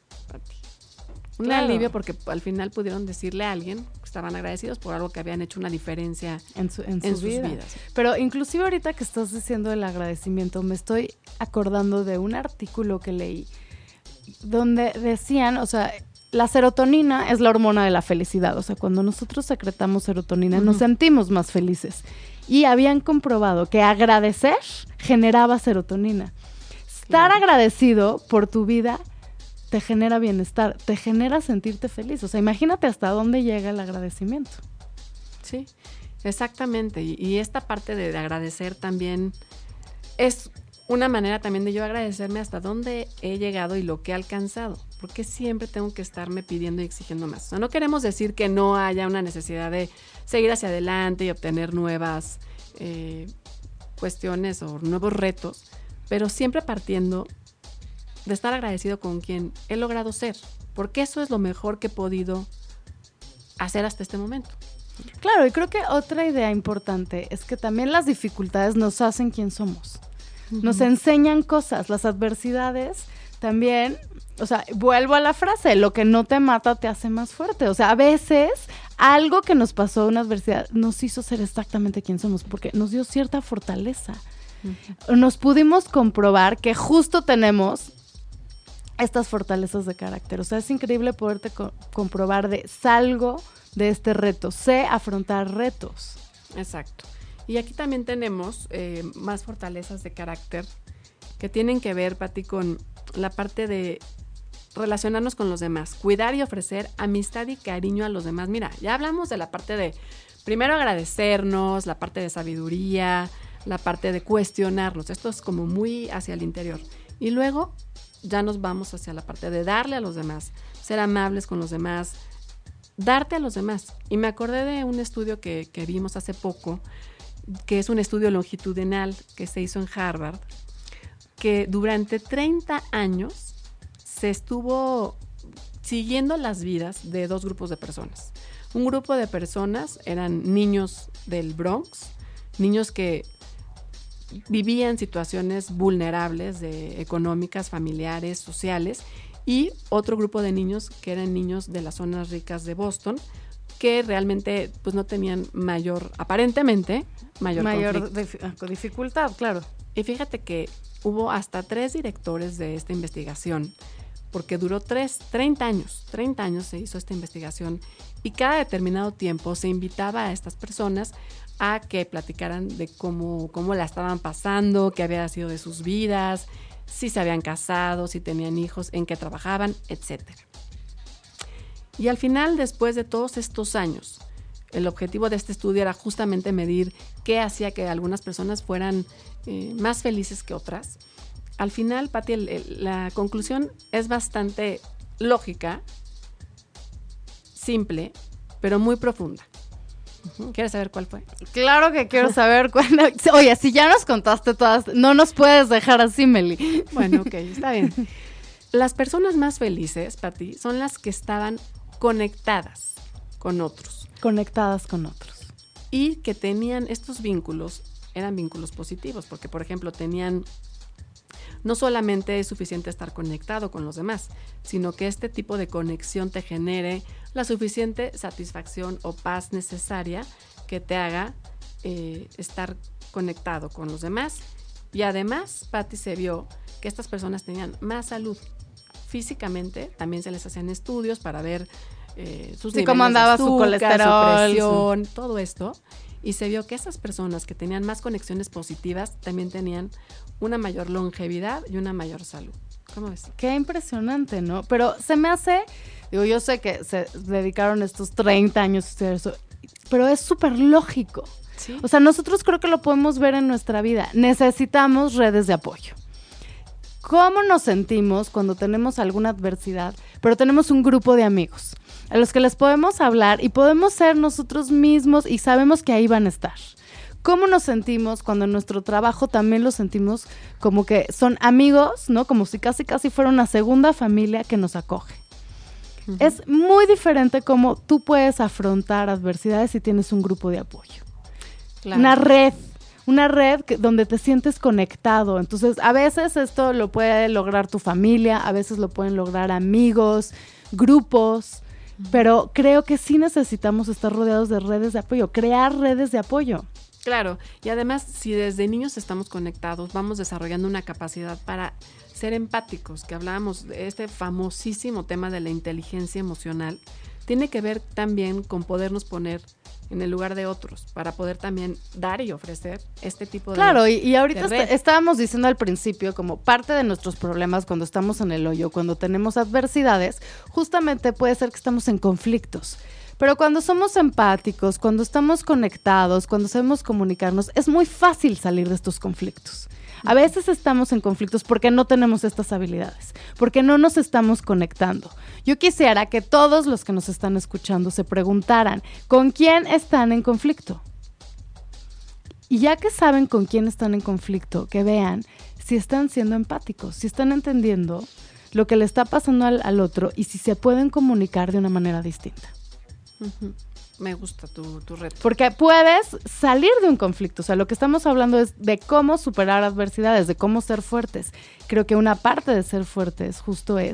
Un claro. alivio porque al final pudieron decirle a alguien que estaban agradecidos por algo que habían hecho una diferencia en, su, en, en su sus vida. vidas. Pero inclusive ahorita que estás diciendo el agradecimiento, me estoy acordando de un artículo que leí donde decían, o sea, la serotonina es la hormona de la felicidad. O sea, cuando nosotros secretamos serotonina, uh-huh. nos sentimos más felices. Y habían comprobado que agradecer generaba serotonina. Estar claro. agradecido por tu vida te genera bienestar, te genera sentirte feliz. O sea, imagínate hasta dónde llega el agradecimiento. Sí, exactamente. Y, y esta parte de, de agradecer también es una manera también de yo agradecerme hasta dónde he llegado y lo que he alcanzado. Porque siempre tengo que estarme pidiendo y exigiendo más. O sea, no queremos decir que no haya una necesidad de seguir hacia adelante y obtener nuevas eh, cuestiones o nuevos retos, pero siempre partiendo de estar agradecido con quien he logrado ser, porque eso es lo mejor que he podido hacer hasta este momento. Claro, y creo que otra idea importante es que también las dificultades nos hacen quien somos. Uh-huh. Nos enseñan cosas, las adversidades también O sea, vuelvo a la frase, lo que no te mata te hace más fuerte. O sea, a veces algo que nos pasó, una adversidad, nos hizo ser exactamente quien somos, porque nos dio cierta fortaleza. Uh-huh. Nos pudimos comprobar que justo tenemos estas fortalezas de carácter. O sea, es increíble poderte co- comprobar de salgo de este reto, sé afrontar retos. Exacto. Y aquí también tenemos eh, más fortalezas de carácter que tienen que ver, Pati, con la parte de relacionarnos con los demás, cuidar y ofrecer amistad y cariño a los demás. Mira, ya hablamos de la parte de primero agradecernos, la parte de sabiduría, la parte de cuestionarnos. Esto es como muy hacia el interior. Y luego ya nos vamos hacia la parte de darle a los demás, ser amables con los demás, darte a los demás. Y me acordé de un estudio que, que vimos hace poco, que es un estudio longitudinal que se hizo en Harvard, que durante treinta años se estuvo siguiendo las vidas de dos grupos de personas. Un grupo de personas eran niños del Bronx, niños que vivían situaciones vulnerables de económicas, familiares, sociales, y otro grupo de niños que eran niños de las zonas ricas de Boston, que realmente pues no tenían mayor, aparentemente, mayor, mayor dif- dificultad, claro. Y fíjate que hubo hasta tres directores de esta investigación, porque duró tres, treinta años, treinta años se hizo esta investigación, y cada determinado tiempo se invitaba a estas personas a que platicaran de cómo, cómo la estaban pasando, qué había sido de sus vidas, si se habían casado, si tenían hijos, en qué trabajaban, etcétera. Y al final, después de todos estos años, el objetivo de este estudio era justamente medir qué hacía que algunas personas fueran eh, más felices que otras. Al final, Pati, el, el, la conclusión es bastante lógica, simple, pero muy profunda. Uh-huh. ¿Quieres saber cuál fue? Claro que quiero saber cuál. Oye, si ya nos contaste todas, no nos puedes dejar así, Meli. Bueno, ok, está bien. Las personas más felices, Pati, son las que estaban conectadas con otros. Conectadas con otros. Y que tenían estos vínculos, eran vínculos positivos, porque, por ejemplo, tenían... No solamente es suficiente estar conectado con los demás, sino que este tipo de conexión te genere la suficiente satisfacción o paz necesaria que te haga eh, estar conectado con los demás. Y además, Pati, se vio que estas personas tenían más salud. Físicamente también se les hacían estudios para ver eh, sus sí, niveles cómo andaba de azúcar, su colesterol, su presión, sí. Todo esto. Y se vio que esas personas que tenían más conexiones positivas también tenían una mayor longevidad y una mayor salud. ¿Cómo ves? Qué impresionante, ¿no? Pero se me hace, digo, yo sé que se dedicaron estos treinta años a estudiar eso, pero es súper lógico. ¿Sí? O sea, nosotros creo que lo podemos ver en nuestra vida. Necesitamos redes de apoyo. ¿Cómo nos sentimos cuando tenemos alguna adversidad, pero tenemos un grupo de amigos a los que les podemos hablar y podemos ser nosotros mismos y sabemos que ahí van a estar? ¿Cómo nos sentimos cuando en nuestro trabajo también los sentimos como que son amigos, ¿no? Como si casi casi fuera una segunda familia que nos acoge. Uh-huh. Es muy diferente cómo tú puedes afrontar adversidades si tienes un grupo de apoyo. Claro. Una red, una red que, donde te sientes conectado. Entonces, a veces esto lo puede lograr tu familia, a veces lo pueden lograr amigos, grupos, uh-huh. Pero creo que sí necesitamos estar rodeados de redes de apoyo, crear redes de apoyo. Claro, y además, si desde niños estamos conectados, vamos desarrollando una capacidad para ser empáticos, que hablábamos de este famosísimo tema de la inteligencia emocional, tiene que ver también con podernos poner en el lugar de otros, para poder también dar y ofrecer este tipo de... Claro, y, y ahorita est- estábamos diciendo al principio, como parte de nuestros problemas cuando estamos en el hoyo, cuando tenemos adversidades, justamente puede ser que estamos en conflictos. Pero cuando somos empáticos, cuando estamos conectados, cuando sabemos comunicarnos, es muy fácil salir de estos conflictos. A veces estamos en conflictos porque no tenemos estas habilidades, porque no nos estamos conectando. Yo quisiera que todos los que nos están escuchando se preguntaran, ¿con quién están en conflicto? Y ya que saben con quién están en conflicto, que vean si están siendo empáticos, si están entendiendo lo que le está pasando al, al otro y si se pueden comunicar de una manera distinta. Uh-huh. Me gusta tu, tu reto. Porque puedes salir de un conflicto. O sea, lo que estamos hablando es de cómo superar adversidades, de cómo ser fuertes. Creo que una parte de ser fuertes justo es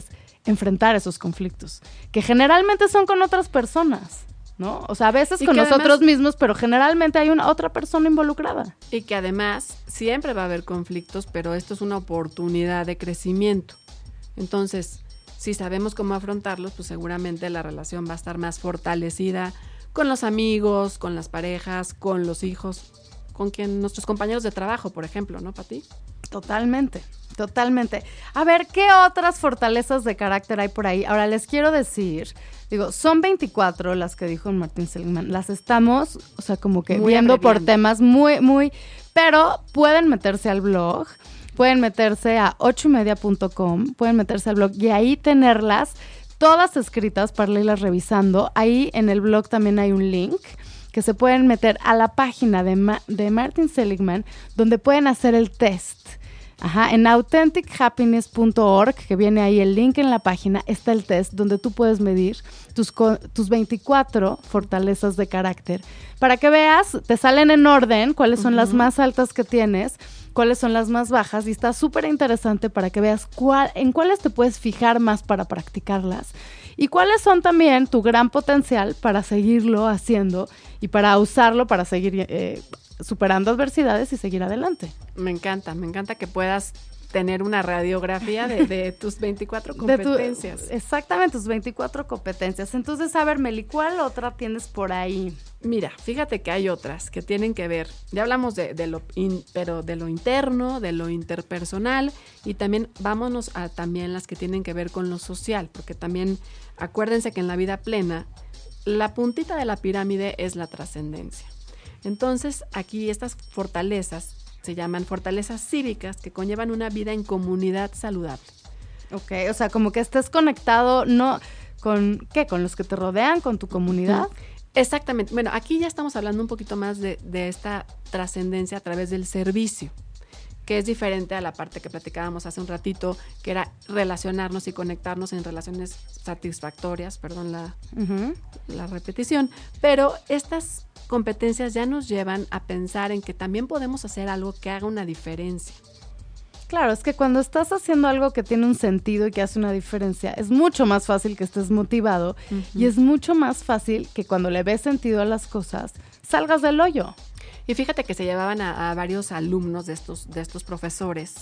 enfrentar esos conflictos, que generalmente son con otras personas, ¿no? O sea, a veces y con nosotros además, mismos, pero generalmente hay una otra persona involucrada. Y que además siempre va a haber conflictos, pero esto es una oportunidad de crecimiento. Entonces, si sabemos cómo afrontarlos, pues seguramente la relación va a estar más fortalecida con los amigos, con las parejas, con los hijos, con quien nuestros compañeros de trabajo, por ejemplo, ¿no, Pati? Totalmente, totalmente. A ver, ¿qué otras fortalezas de carácter hay por ahí? Ahora les quiero decir, digo, son veinticuatro las que dijo Martin Seligman. Las estamos, o sea, como que muy viendo por abreviando. temas muy, muy... Pero pueden meterse al blog, pueden meterse a ocho y media punto com, pueden meterse al blog y ahí tenerlas todas escritas para irlas revisando. Ahí en el blog también hay un link que se pueden meter a la página de, Ma- de Martin Seligman, donde pueden hacer el test. Ajá, en authentic happiness punto org, que viene ahí el link en la página, está el test donde tú puedes medir tus, co- tus veinticuatro fortalezas de carácter. Para que veas, te salen en orden cuáles son uh-huh. las más altas que tienes, cuáles son las más bajas, y está súper interesante para que veas cuál, en cuáles te puedes fijar más para practicarlas y cuáles son también tu gran potencial para seguirlo haciendo y para usarlo para seguir eh, superando adversidades y seguir adelante. Me encanta, me encanta que puedas tener una radiografía de, de tus veinticuatro competencias. De tu, exactamente, tus veinticuatro competencias. Entonces, a ver, Meli, ¿cuál otra tienes por ahí? Mira, fíjate que hay otras que tienen que ver, ya hablamos de, de lo in, pero de lo interno, de lo interpersonal, y también vámonos a también las que tienen que ver con lo social, porque también acuérdense que en la vida plena, la puntita de la pirámide es la trascendencia. Entonces, aquí estas fortalezas se llaman fortalezas cívicas que conllevan una vida en comunidad saludable. Ok, o sea, como que estés conectado, ¿no? ¿Con qué? ¿Con los que te rodean? ¿Con tu comunidad? Exactamente. Bueno, aquí ya estamos hablando un poquito más de, de esta trascendencia a través del servicio, que es diferente a la parte que platicábamos hace un ratito, que era relacionarnos y conectarnos en relaciones satisfactorias, perdón la, uh-huh. la repetición, pero estas competencias ya nos llevan a pensar en que también podemos hacer algo que haga una diferencia. Claro, es que cuando estás haciendo algo que tiene un sentido y que hace una diferencia, es mucho más fácil que estés motivado uh-huh. y es mucho más fácil que cuando le ves sentido a las cosas, salgas del hoyo. Y fíjate que se llevaban a, a varios alumnos de estos, de estos profesores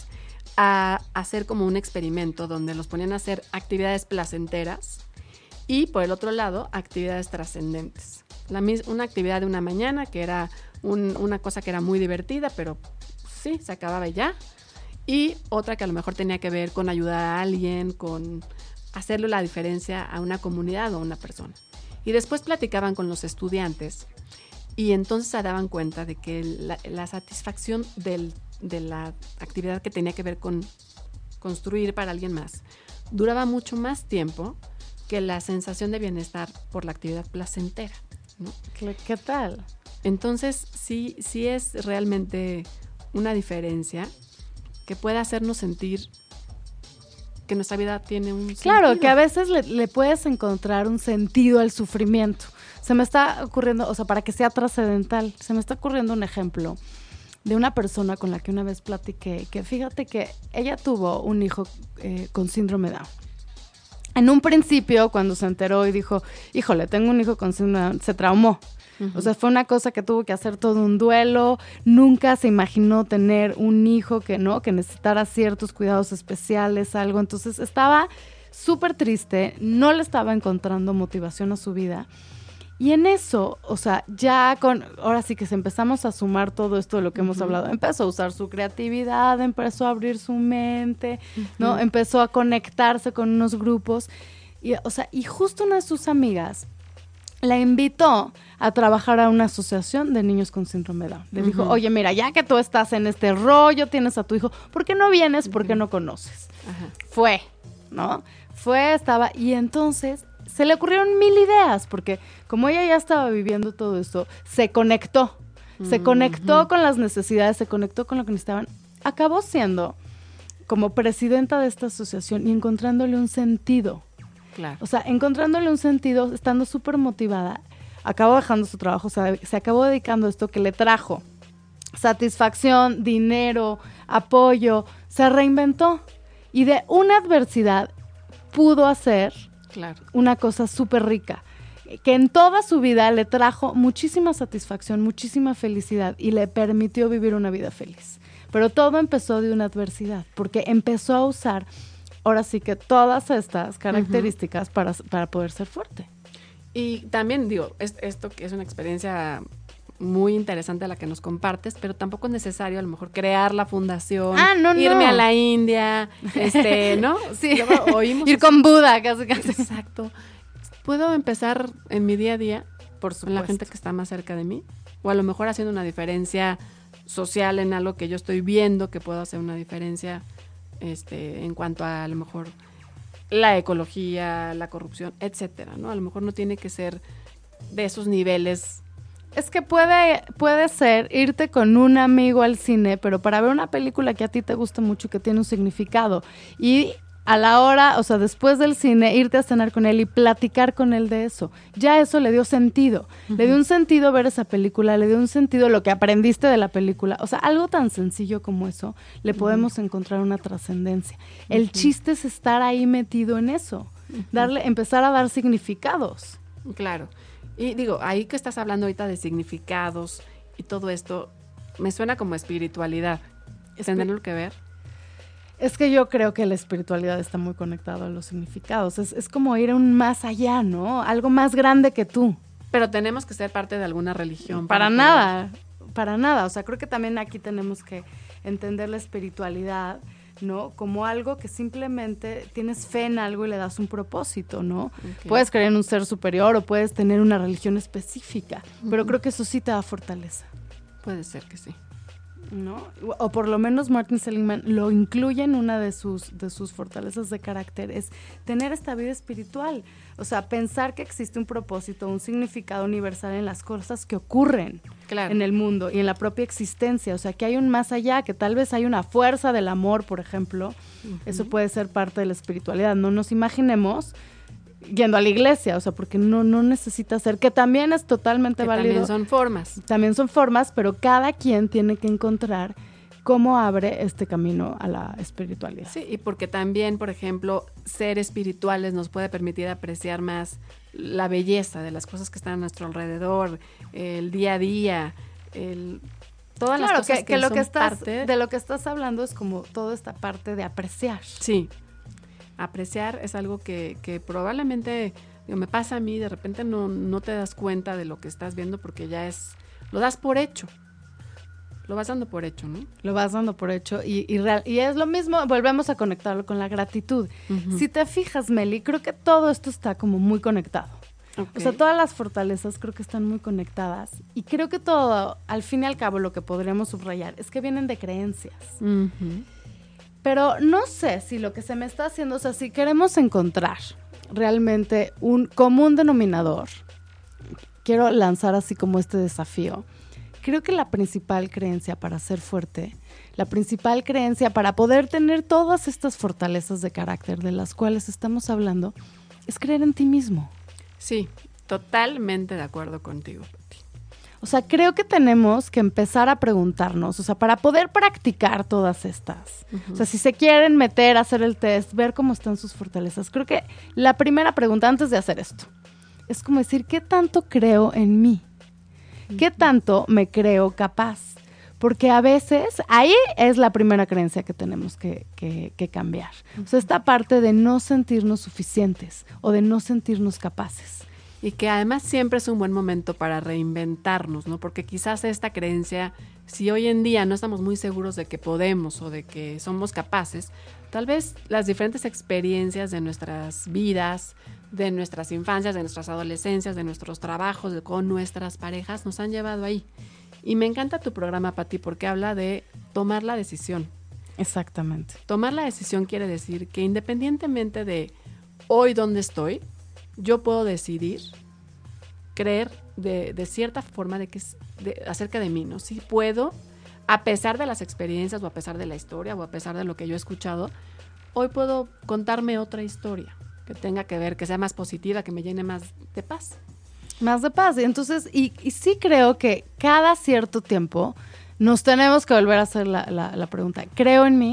a, a hacer como un experimento donde los ponían a hacer actividades placenteras y por el otro lado actividades trascendentes. La mis, una actividad de una mañana que era un, una cosa que era muy divertida, pero sí, se acababa y ya. Y otra que a lo mejor tenía que ver con ayudar a alguien, con hacerle la diferencia a una comunidad o a una persona. Y después platicaban con los estudiantes y entonces se daban cuenta de que la, la satisfacción del, de la actividad que tenía que ver con construir para alguien más duraba mucho más tiempo que la sensación de bienestar por la actividad placentera, ¿no? ¿Qué, qué tal? Entonces sí, sí es realmente una diferencia que puede hacernos sentir que nuestra vida tiene un Claro, sentido. Que a veces le, le puedes encontrar un sentido al sufrimiento. Se me está ocurriendo, o sea, para que sea trascendental, se me está ocurriendo un ejemplo de una persona con la que una vez platiqué, que fíjate que ella tuvo un hijo eh, con síndrome Down. En un principio, cuando se enteró y dijo, híjole, tengo un hijo con síndrome Down, se traumó. Uh-huh. O sea, fue una cosa que tuvo que hacer todo un duelo. Nunca se imaginó tener un hijo que no, que necesitara ciertos cuidados especiales, algo. Entonces estaba súper triste, no le estaba encontrando motivación a su vida. Y en eso, o sea, ya con, ahora sí que se empezamos a sumar todo esto de lo que uh-huh. hemos hablado, empezó a usar su creatividad, empezó a abrir su mente, uh-huh. ¿no? Empezó a conectarse con unos grupos. Y, o sea, y justo una de sus amigas la invitó a trabajar a una asociación de niños con síndrome Down. Le uh-huh. dijo, oye, mira, ya que tú estás en este rollo, tienes a tu hijo, ¿por qué no vienes? ¿Por qué no conoces? Uh-huh. Fue, ¿no? Fue, estaba, y entonces se le ocurrieron mil ideas, porque como ella ya estaba viviendo todo esto, se conectó, uh-huh. se conectó con las necesidades, se conectó con lo que necesitaban. Acabó siendo como presidenta de esta asociación y encontrándole un sentido. Claro. O sea, encontrándole un sentido, estando súper motivada, acabó dejando su trabajo, o sea, se acabó dedicando a esto que le trajo satisfacción, dinero, apoyo, se reinventó. Y de una adversidad pudo hacer Claro. una cosa súper rica, que en toda su vida le trajo muchísima satisfacción, muchísima felicidad y le permitió vivir una vida feliz. Pero todo empezó de una adversidad, porque empezó a usar, ahora sí que todas estas características uh-huh. para, para poder ser fuerte. Y también, digo, es, esto que es una experiencia muy interesante la que nos compartes, pero tampoco es necesario a lo mejor crear la fundación, ah, no, irme no. a la India, este, ¿no? Sí, Luego oímos ir eso. con Buda, casi casi. Exacto. ¿Puedo empezar en mi día a día por con la gente que está más cerca de mí? O a lo mejor haciendo una diferencia social en algo que yo estoy viendo que puedo hacer una diferencia este, en cuanto a a lo mejor la ecología, la corrupción, etcétera, ¿no? A lo mejor no tiene que ser de esos niveles. Es que puede, puede ser irte con un amigo al cine, pero para ver una película que a ti te gusta mucho, que tiene un significado. Y a la hora, o sea, después del cine, irte a cenar con él y platicar con él de eso. Ya eso le dio sentido. Uh-huh. Le dio un sentido ver esa película, le dio un sentido lo que aprendiste de la película. O sea, algo tan sencillo como eso, le uh-huh. podemos encontrar una trascendencia. Uh-huh. El chiste es estar ahí metido en eso. Uh-huh. Darle, empezar a dar significados. Claro. Y digo, ahí que estás hablando ahorita de significados y todo esto, me suena como espiritualidad. ¿Tendrá que ver? Es que yo creo que la espiritualidad está muy conectada a los significados. Es, es como ir a un más allá, ¿no? Algo más grande que tú. Pero tenemos que ser parte de alguna religión. Para, para nada, poder... para nada. O sea, creo que también aquí tenemos que entender la espiritualidad, ¿no? Como algo que simplemente tienes fe en algo y le das un propósito, ¿no? Okay. Puedes creer en un ser superior o puedes tener una religión específica, uh-huh. pero creo que eso sí te da fortaleza. Puede ser que sí. ¿No? O por lo menos Martin Seligman lo incluye en una de sus, de sus fortalezas de carácter, es tener esta vida espiritual. O sea, pensar que existe un propósito, un significado universal en las cosas que ocurren claro. en el mundo y en la propia existencia. O sea, que hay un más allá, que tal vez hay una fuerza del amor, por ejemplo. Uh-huh. Eso puede ser parte de la espiritualidad. No nos imaginemos yendo a la iglesia, o sea, porque no, no necesita ser, que también es totalmente que válido. También son formas. También son formas, pero cada quien tiene que encontrar cómo abre este camino a la espiritualidad. Sí, y porque también, por ejemplo, ser espirituales nos puede permitir apreciar más la belleza de las cosas que están a nuestro alrededor, el día a día, el... todas claro, las cosas que, que, que lo son que estás, parte... de lo que estás hablando es como toda esta parte de apreciar. Sí. Apreciar es algo que, que probablemente digo, me pasa a mí, de repente no, no te das cuenta de lo que estás viendo porque ya es, lo das por hecho, lo vas dando por hecho, ¿no? Lo vas dando por hecho y, y, real, y es lo mismo, volvemos a conectarlo con la gratitud. Uh-huh. Si te fijas, Meli, creo que todo esto está como muy conectado. Okay. O sea, todas las fortalezas creo que están muy conectadas y creo que todo, al fin y al cabo, lo que podríamos subrayar es que vienen de creencias. Uh-huh. Pero no sé si lo que se me está haciendo, o sea, si queremos encontrar realmente un común denominador, quiero lanzar así como este desafío. Creo que la principal creencia para ser fuerte, la principal creencia para poder tener todas estas fortalezas de carácter de las cuales estamos hablando, es creer en ti mismo. Sí, totalmente de acuerdo contigo. O sea, creo que tenemos que empezar a preguntarnos, o sea, para poder practicar todas estas. Uh-huh. O sea, si se quieren meter a hacer el test, ver cómo están sus fortalezas. Creo que la primera pregunta antes de hacer esto es como decir, ¿qué tanto creo en mí? Uh-huh. ¿Qué tanto me creo capaz? Porque a veces ahí es la primera creencia que tenemos que, que, que cambiar. Uh-huh. O sea, esta parte de no sentirnos suficientes o de no sentirnos capaces. Y que además siempre es un buen momento para reinventarnos, ¿no? Porque quizás esta creencia, si hoy en día no estamos muy seguros de que podemos o de que somos capaces, tal vez las diferentes experiencias de nuestras vidas, de nuestras infancias, de nuestras adolescencias, de nuestros trabajos, de, con nuestras parejas, nos han llevado ahí. Y me encanta tu programa, Pati, porque habla de tomar la decisión. Exactamente. Tomar la decisión quiere decir que independientemente de hoy dónde estoy, yo puedo decidir creer de, de cierta forma de que es de, acerca de mí, ¿no? Sí puedo, a pesar de las experiencias o a pesar de la historia o a pesar de lo que yo he escuchado, hoy puedo contarme otra historia que tenga que ver, que sea más positiva, que me llene más de paz. Más de paz. Y entonces, y, y sí creo que cada cierto tiempo nos tenemos que volver a hacer la, la, la pregunta, ¿creo en mí?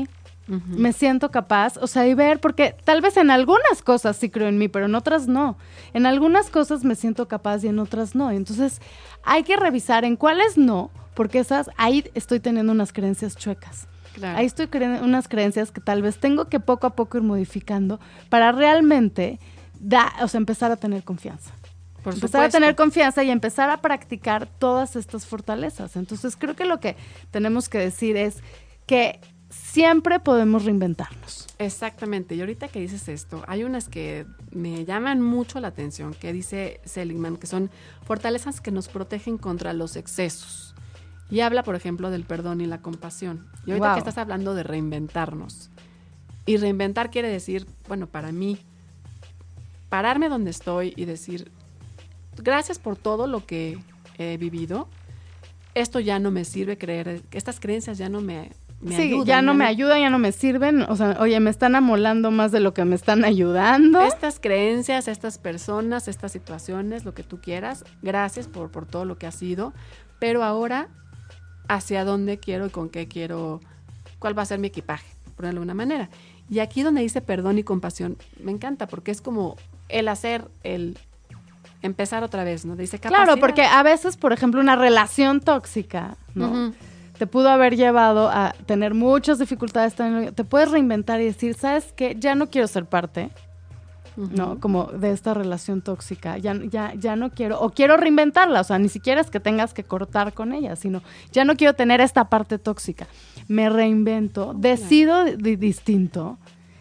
Uh-huh. Me siento capaz, o sea, y ver, porque tal vez en algunas cosas sí creo en mí, pero en otras no. En algunas cosas me siento capaz y en otras no. Entonces, hay que revisar en cuáles no, porque esas, ahí estoy teniendo unas creencias chuecas. Claro. Ahí estoy creyendo unas creencias que tal vez tengo que poco a poco ir modificando para realmente da, o sea, empezar a tener confianza. Por empezar supuesto. a tener confianza y empezar a practicar todas estas fortalezas. Entonces, creo que lo que tenemos que decir es que siempre podemos reinventarnos. Exactamente. Y ahorita que dices esto, hay unas que me llaman mucho la atención, que dice Seligman, que son fortalezas que nos protegen contra los excesos. Y habla, por ejemplo, del perdón y la compasión. Y ahorita wow. que estás hablando de reinventarnos. Y reinventar quiere decir, bueno, para mí, pararme donde estoy y decir, gracias por todo lo que he vivido. Esto ya no me sirve creer, estas creencias ya no me, me sí, ayudan. Sí, ya no me ayudan, ya no me sirven. O sea, oye, me están amolando más de lo que me están ayudando. Estas creencias, estas personas, estas situaciones, lo que tú quieras, gracias por, por todo lo que ha sido. Pero ahora, ¿hacia dónde quiero y con qué quiero? ¿Cuál va a ser mi equipaje? Por ponerlo de una manera. Y aquí donde dice perdón y compasión, me encanta porque es como el hacer, el empezar otra vez, ¿no? Dice capacidad. Claro, porque a veces, por ejemplo, una relación tóxica, ¿no? Uh-huh. Te pudo haber llevado a tener muchas dificultades. Te puedes reinventar y decir, ¿sabes qué? Ya no quiero ser parte, uh-huh. ¿no? Como de esta relación tóxica. Ya, ya, ya no quiero, o quiero reinventarla. O sea, ni siquiera es que tengas que cortar con ella, sino ya no quiero tener esta parte tóxica. Me reinvento, decido d- distinto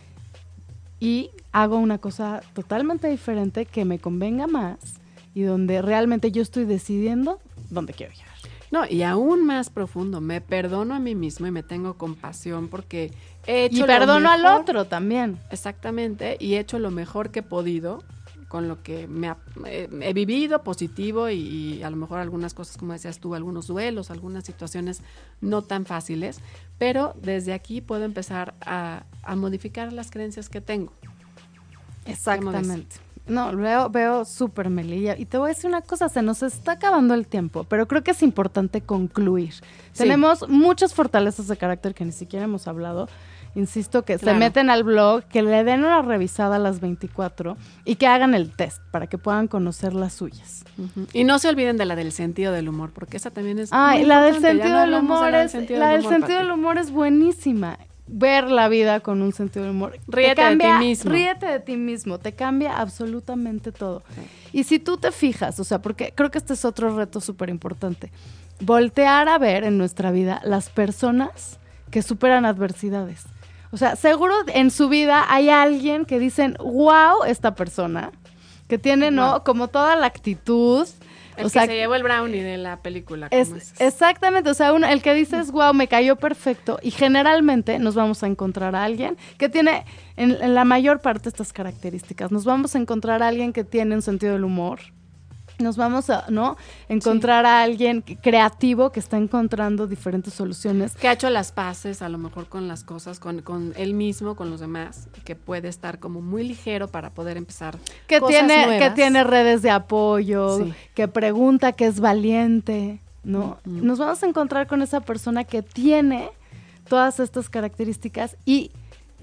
y hago una cosa totalmente diferente que me convenga más y donde realmente yo estoy decidiendo dónde quiero llegar. No, y aún más profundo, me perdono a mí mismo y me tengo compasión porque he hecho y perdono lo mejor, al otro también. Exactamente, y he hecho lo mejor que he podido con lo que me ha, eh, he vivido positivo y, y a lo mejor algunas cosas, como decías tú, algunos duelos, algunas situaciones no tan fáciles, pero desde aquí puedo empezar a, a modificar las creencias que tengo. Exactamente. No, veo, veo súper Melilla. Y te voy a decir una cosa, se nos está acabando el tiempo, pero creo que es importante concluir. Sí. Tenemos muchas fortalezas de carácter que ni siquiera hemos hablado. Insisto que claro. se meten al blog, que le den una revisada a las veinticuatro y que hagan el test para que puedan conocer las suyas. Uh-huh. Y no se olviden de la del sentido del humor, porque esa también es Ay, muy la importante. del sentido no del humor de es la del sentido, del, humor, sentido del humor es buenísima. Ver la vida con un sentido del humor. Ríete te cambia, de ti mismo. Ríete de ti mismo, te cambia absolutamente todo. Sí. Y si tú te fijas, o sea, porque creo que este es otro reto súper importante, voltear a ver en nuestra vida las personas que superan adversidades. O sea, seguro en su vida hay alguien que dicen, wow, esta persona, que tiene, ¿no? Wow. Como toda la actitud. El o que sea, se llevó el brownie de la película. Es, exactamente, o sea, uno, el que dices, wow, me cayó perfecto. Y generalmente nos vamos a encontrar a alguien que tiene, en, en la mayor parte, estas características. Nos vamos a encontrar a alguien que tiene un sentido del humor. Nos vamos a, ¿no? Encontrar sí. a alguien creativo que está encontrando diferentes soluciones. Que ha hecho las paces a lo mejor con las cosas, con, con él mismo, con los demás, que puede estar como muy ligero para poder empezar que cosas tiene, nuevas. Que tiene redes de apoyo, sí. que pregunta, que es valiente, ¿no? Uh-huh. Nos vamos a encontrar con esa persona que tiene todas estas características y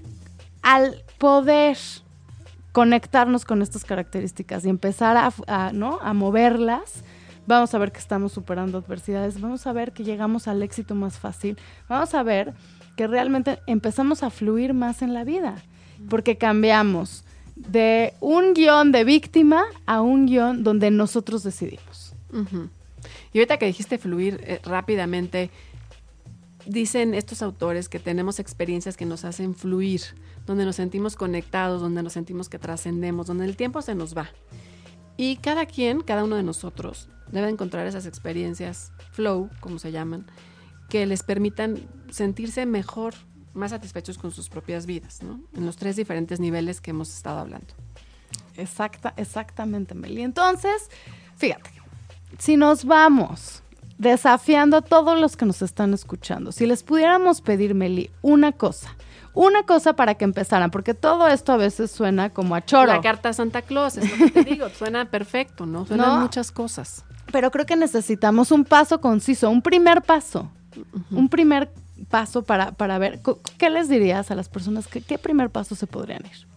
al poder conectarnos con estas características y empezar a, a, ¿no? a moverlas, vamos a ver que estamos superando adversidades, vamos a ver que llegamos al éxito más fácil, vamos a ver que realmente empezamos a fluir más en la vida, porque cambiamos de un guión de víctima a un guión donde nosotros decidimos. Uh-huh. Y ahorita que dijiste fluir eh, rápidamente, dicen estos autores que tenemos experiencias que nos hacen fluir, donde nos sentimos conectados, donde nos sentimos que trascendemos, donde el tiempo se nos va. Y cada quien, cada uno de nosotros, debe encontrar esas experiencias flow, como se llaman, que les permitan sentirse mejor, más satisfechos con sus propias vidas, ¿no? En los tres diferentes niveles que hemos estado hablando. Exacta, exactamente, Meli. Entonces, fíjate, si nos vamos desafiando a todos los que nos están escuchando, si les pudiéramos pedir, Meli, una cosa, una cosa para que empezaran, porque todo esto a veces suena como a choro. La carta a Santa Claus, es lo que te digo, suena perfecto, ¿no? Suenan ¿no? muchas cosas. Pero creo que necesitamos un paso conciso, un primer paso, uh-huh. un primer paso para, para ver, ¿qué les dirías a las personas? Que, ¿Qué primer paso se podrían ir?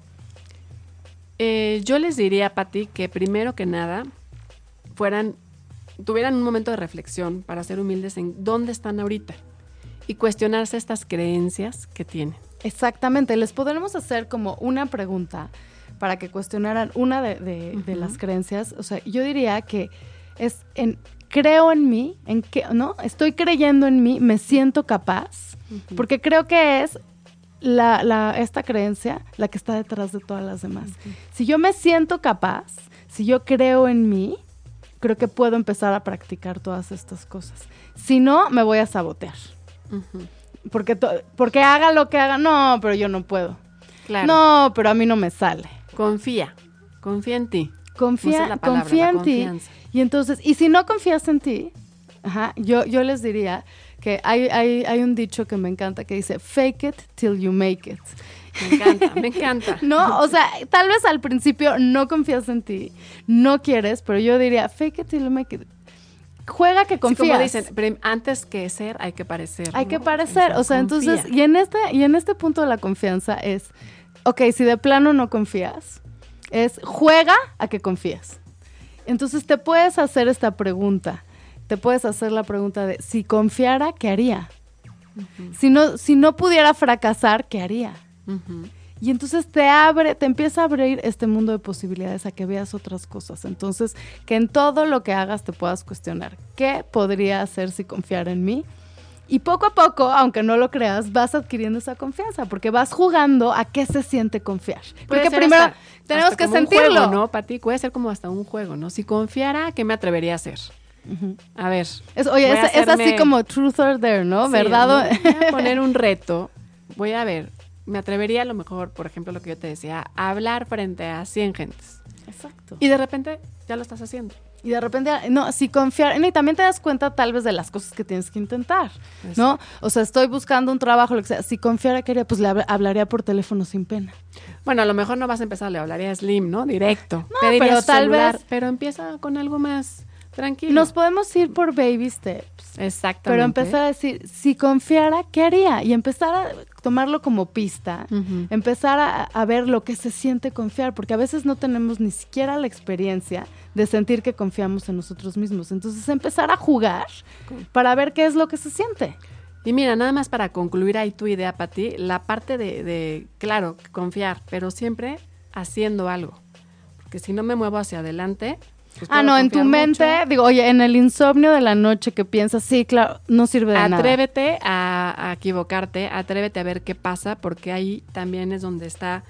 Eh, yo les diría, Pati, que primero que nada fueran, tuvieran un momento de reflexión para ser humildes en dónde están ahorita y cuestionarse estas creencias que tienen. Exactamente, les podremos hacer como una pregunta para que cuestionaran una de, de, uh-huh. de las creencias. O sea, yo diría que es en creo en mí, en que, ¿no? Estoy creyendo en mí, me siento capaz, uh-huh. porque creo que es la, la, esta creencia la que está detrás de todas las demás. Uh-huh. Si yo me siento capaz, si yo creo en mí, creo que puedo empezar a practicar todas estas cosas. Si no, me voy a sabotear. Uh-huh. Porque, to- porque haga lo que haga, no, pero yo no puedo. Claro. No, pero a mí no me sale. Confía, confía en ti. Confía, la palabra, confía la en ti. Y entonces, y si no confías en ti, ajá, yo, yo les diría que hay, hay, hay un dicho que me encanta que dice, fake it till you make it. Me encanta, me encanta. No, o sea, tal vez al principio no confías en ti, no quieres, pero yo diría, fake it till you make it. Juega que confías. Sí, como dicen, pero antes que ser hay que parecer. Hay ¿no? que parecer, o sea, confía. Entonces, y en este, y en este punto de la confianza es, ok, si de plano no confías, es juega a que confías. Entonces te puedes hacer esta pregunta, te puedes hacer la pregunta de, si confiara, ¿qué haría? Uh-huh. Si no, si no pudiera fracasar, ¿qué haría? Uh-huh. Y entonces te abre, te empieza a abrir este mundo de posibilidades a que veas otras cosas. Entonces, que en todo lo que hagas te puedas cuestionar, ¿qué podría hacer si confiara en mí? Y poco a poco, aunque no lo creas, vas adquiriendo esa confianza, porque vas jugando a qué se siente confiar. Porque primero hasta, tenemos hasta que sentirlo. Un juego, ¿no, Pati? Puede ser como hasta un juego, ¿no? Si confiara, ¿qué me atrevería a hacer? Uh-huh. A ver. Es, oye, es, hacerme... es así como truth or dare, ¿no? Sí, ¿verdad? ¿no? Voy a poner un reto. Voy a ver. Me atrevería a lo mejor, por ejemplo, lo que yo te decía, a hablar frente a cien gentes. Exacto. Y de repente ya lo estás haciendo. Y de repente, no, si confiar, y también te das cuenta tal vez de las cosas que tienes que intentar, ¿no? O sea, estoy buscando un trabajo, lo que sea, si confiara quería, pues le hablaría por teléfono sin pena. Bueno, a lo mejor no vas a empezar, le hablaría a Slim, ¿no? Directo. No, pero tal celular, vez. Pero empieza con algo más tranquilo. Nos podemos ir por baby steps. Exactamente. Pero empezar a decir, si confiara, ¿qué haría? Y empezar a tomarlo como pista, uh-huh. empezar a, a ver lo que se siente confiar, porque a veces no tenemos ni siquiera la experiencia de sentir que confiamos en nosotros mismos. Entonces, empezar a jugar para ver qué es lo que se siente. Y mira, nada más para concluir ahí tu idea, Pati, la parte de, de, claro, confiar, pero siempre haciendo algo. Porque si no me muevo hacia adelante... Pues ah, no, en tu mente, mucho. Digo, oye, en el insomnio de la noche que piensas, sí, claro, no sirve de atrévete nada. Atrévete a, a equivocarte, atrévete a ver qué pasa, porque ahí también es donde está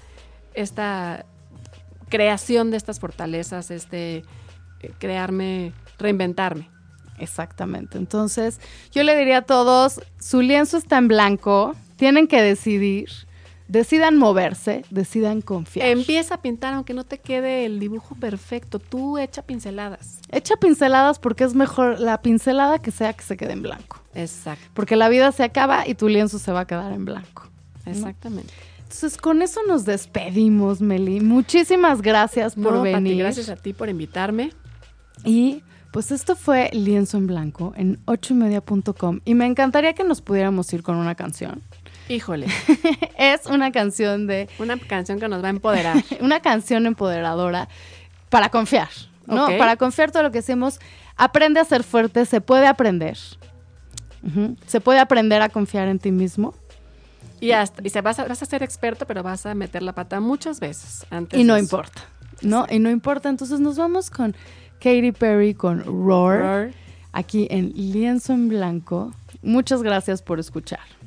esta creación de estas fortalezas, este eh, crearme, reinventarme. Exactamente. Entonces, yo le diría a todos, su lienzo está en blanco, tienen que decidir. Decidan moverse, decidan confiar. Empieza a pintar aunque no te quede el dibujo perfecto. Tú echa pinceladas. Echa pinceladas porque es mejor la pincelada que sea que se quede en blanco. Exacto. Porque la vida se acaba y tu lienzo se va a quedar en blanco. Exactamente. ¿No? Entonces, con eso nos despedimos, Meli. Muchísimas gracias por no, venir. Pati, gracias a ti por invitarme. Y pues esto fue Lienzo en Blanco en ocho y media punto com. Y me encantaría que nos pudiéramos ir con una canción. Híjole. Es una canción de... Una canción que nos va a empoderar. Una canción empoderadora para confiar, ¿no? Okay. Para confiar todo lo que hacemos. Aprende a ser fuerte, se puede aprender. Uh-huh. Se puede aprender a confiar en ti mismo. Y, hasta, y se vas, a, vas a ser experto, pero vas a meter la pata muchas veces. Antes y no de importa, ¿no? Sí. Y no importa. Entonces nos vamos con Katy Perry, con Roar, Roar, aquí en Lienzo en Blanco. Muchas gracias por escuchar.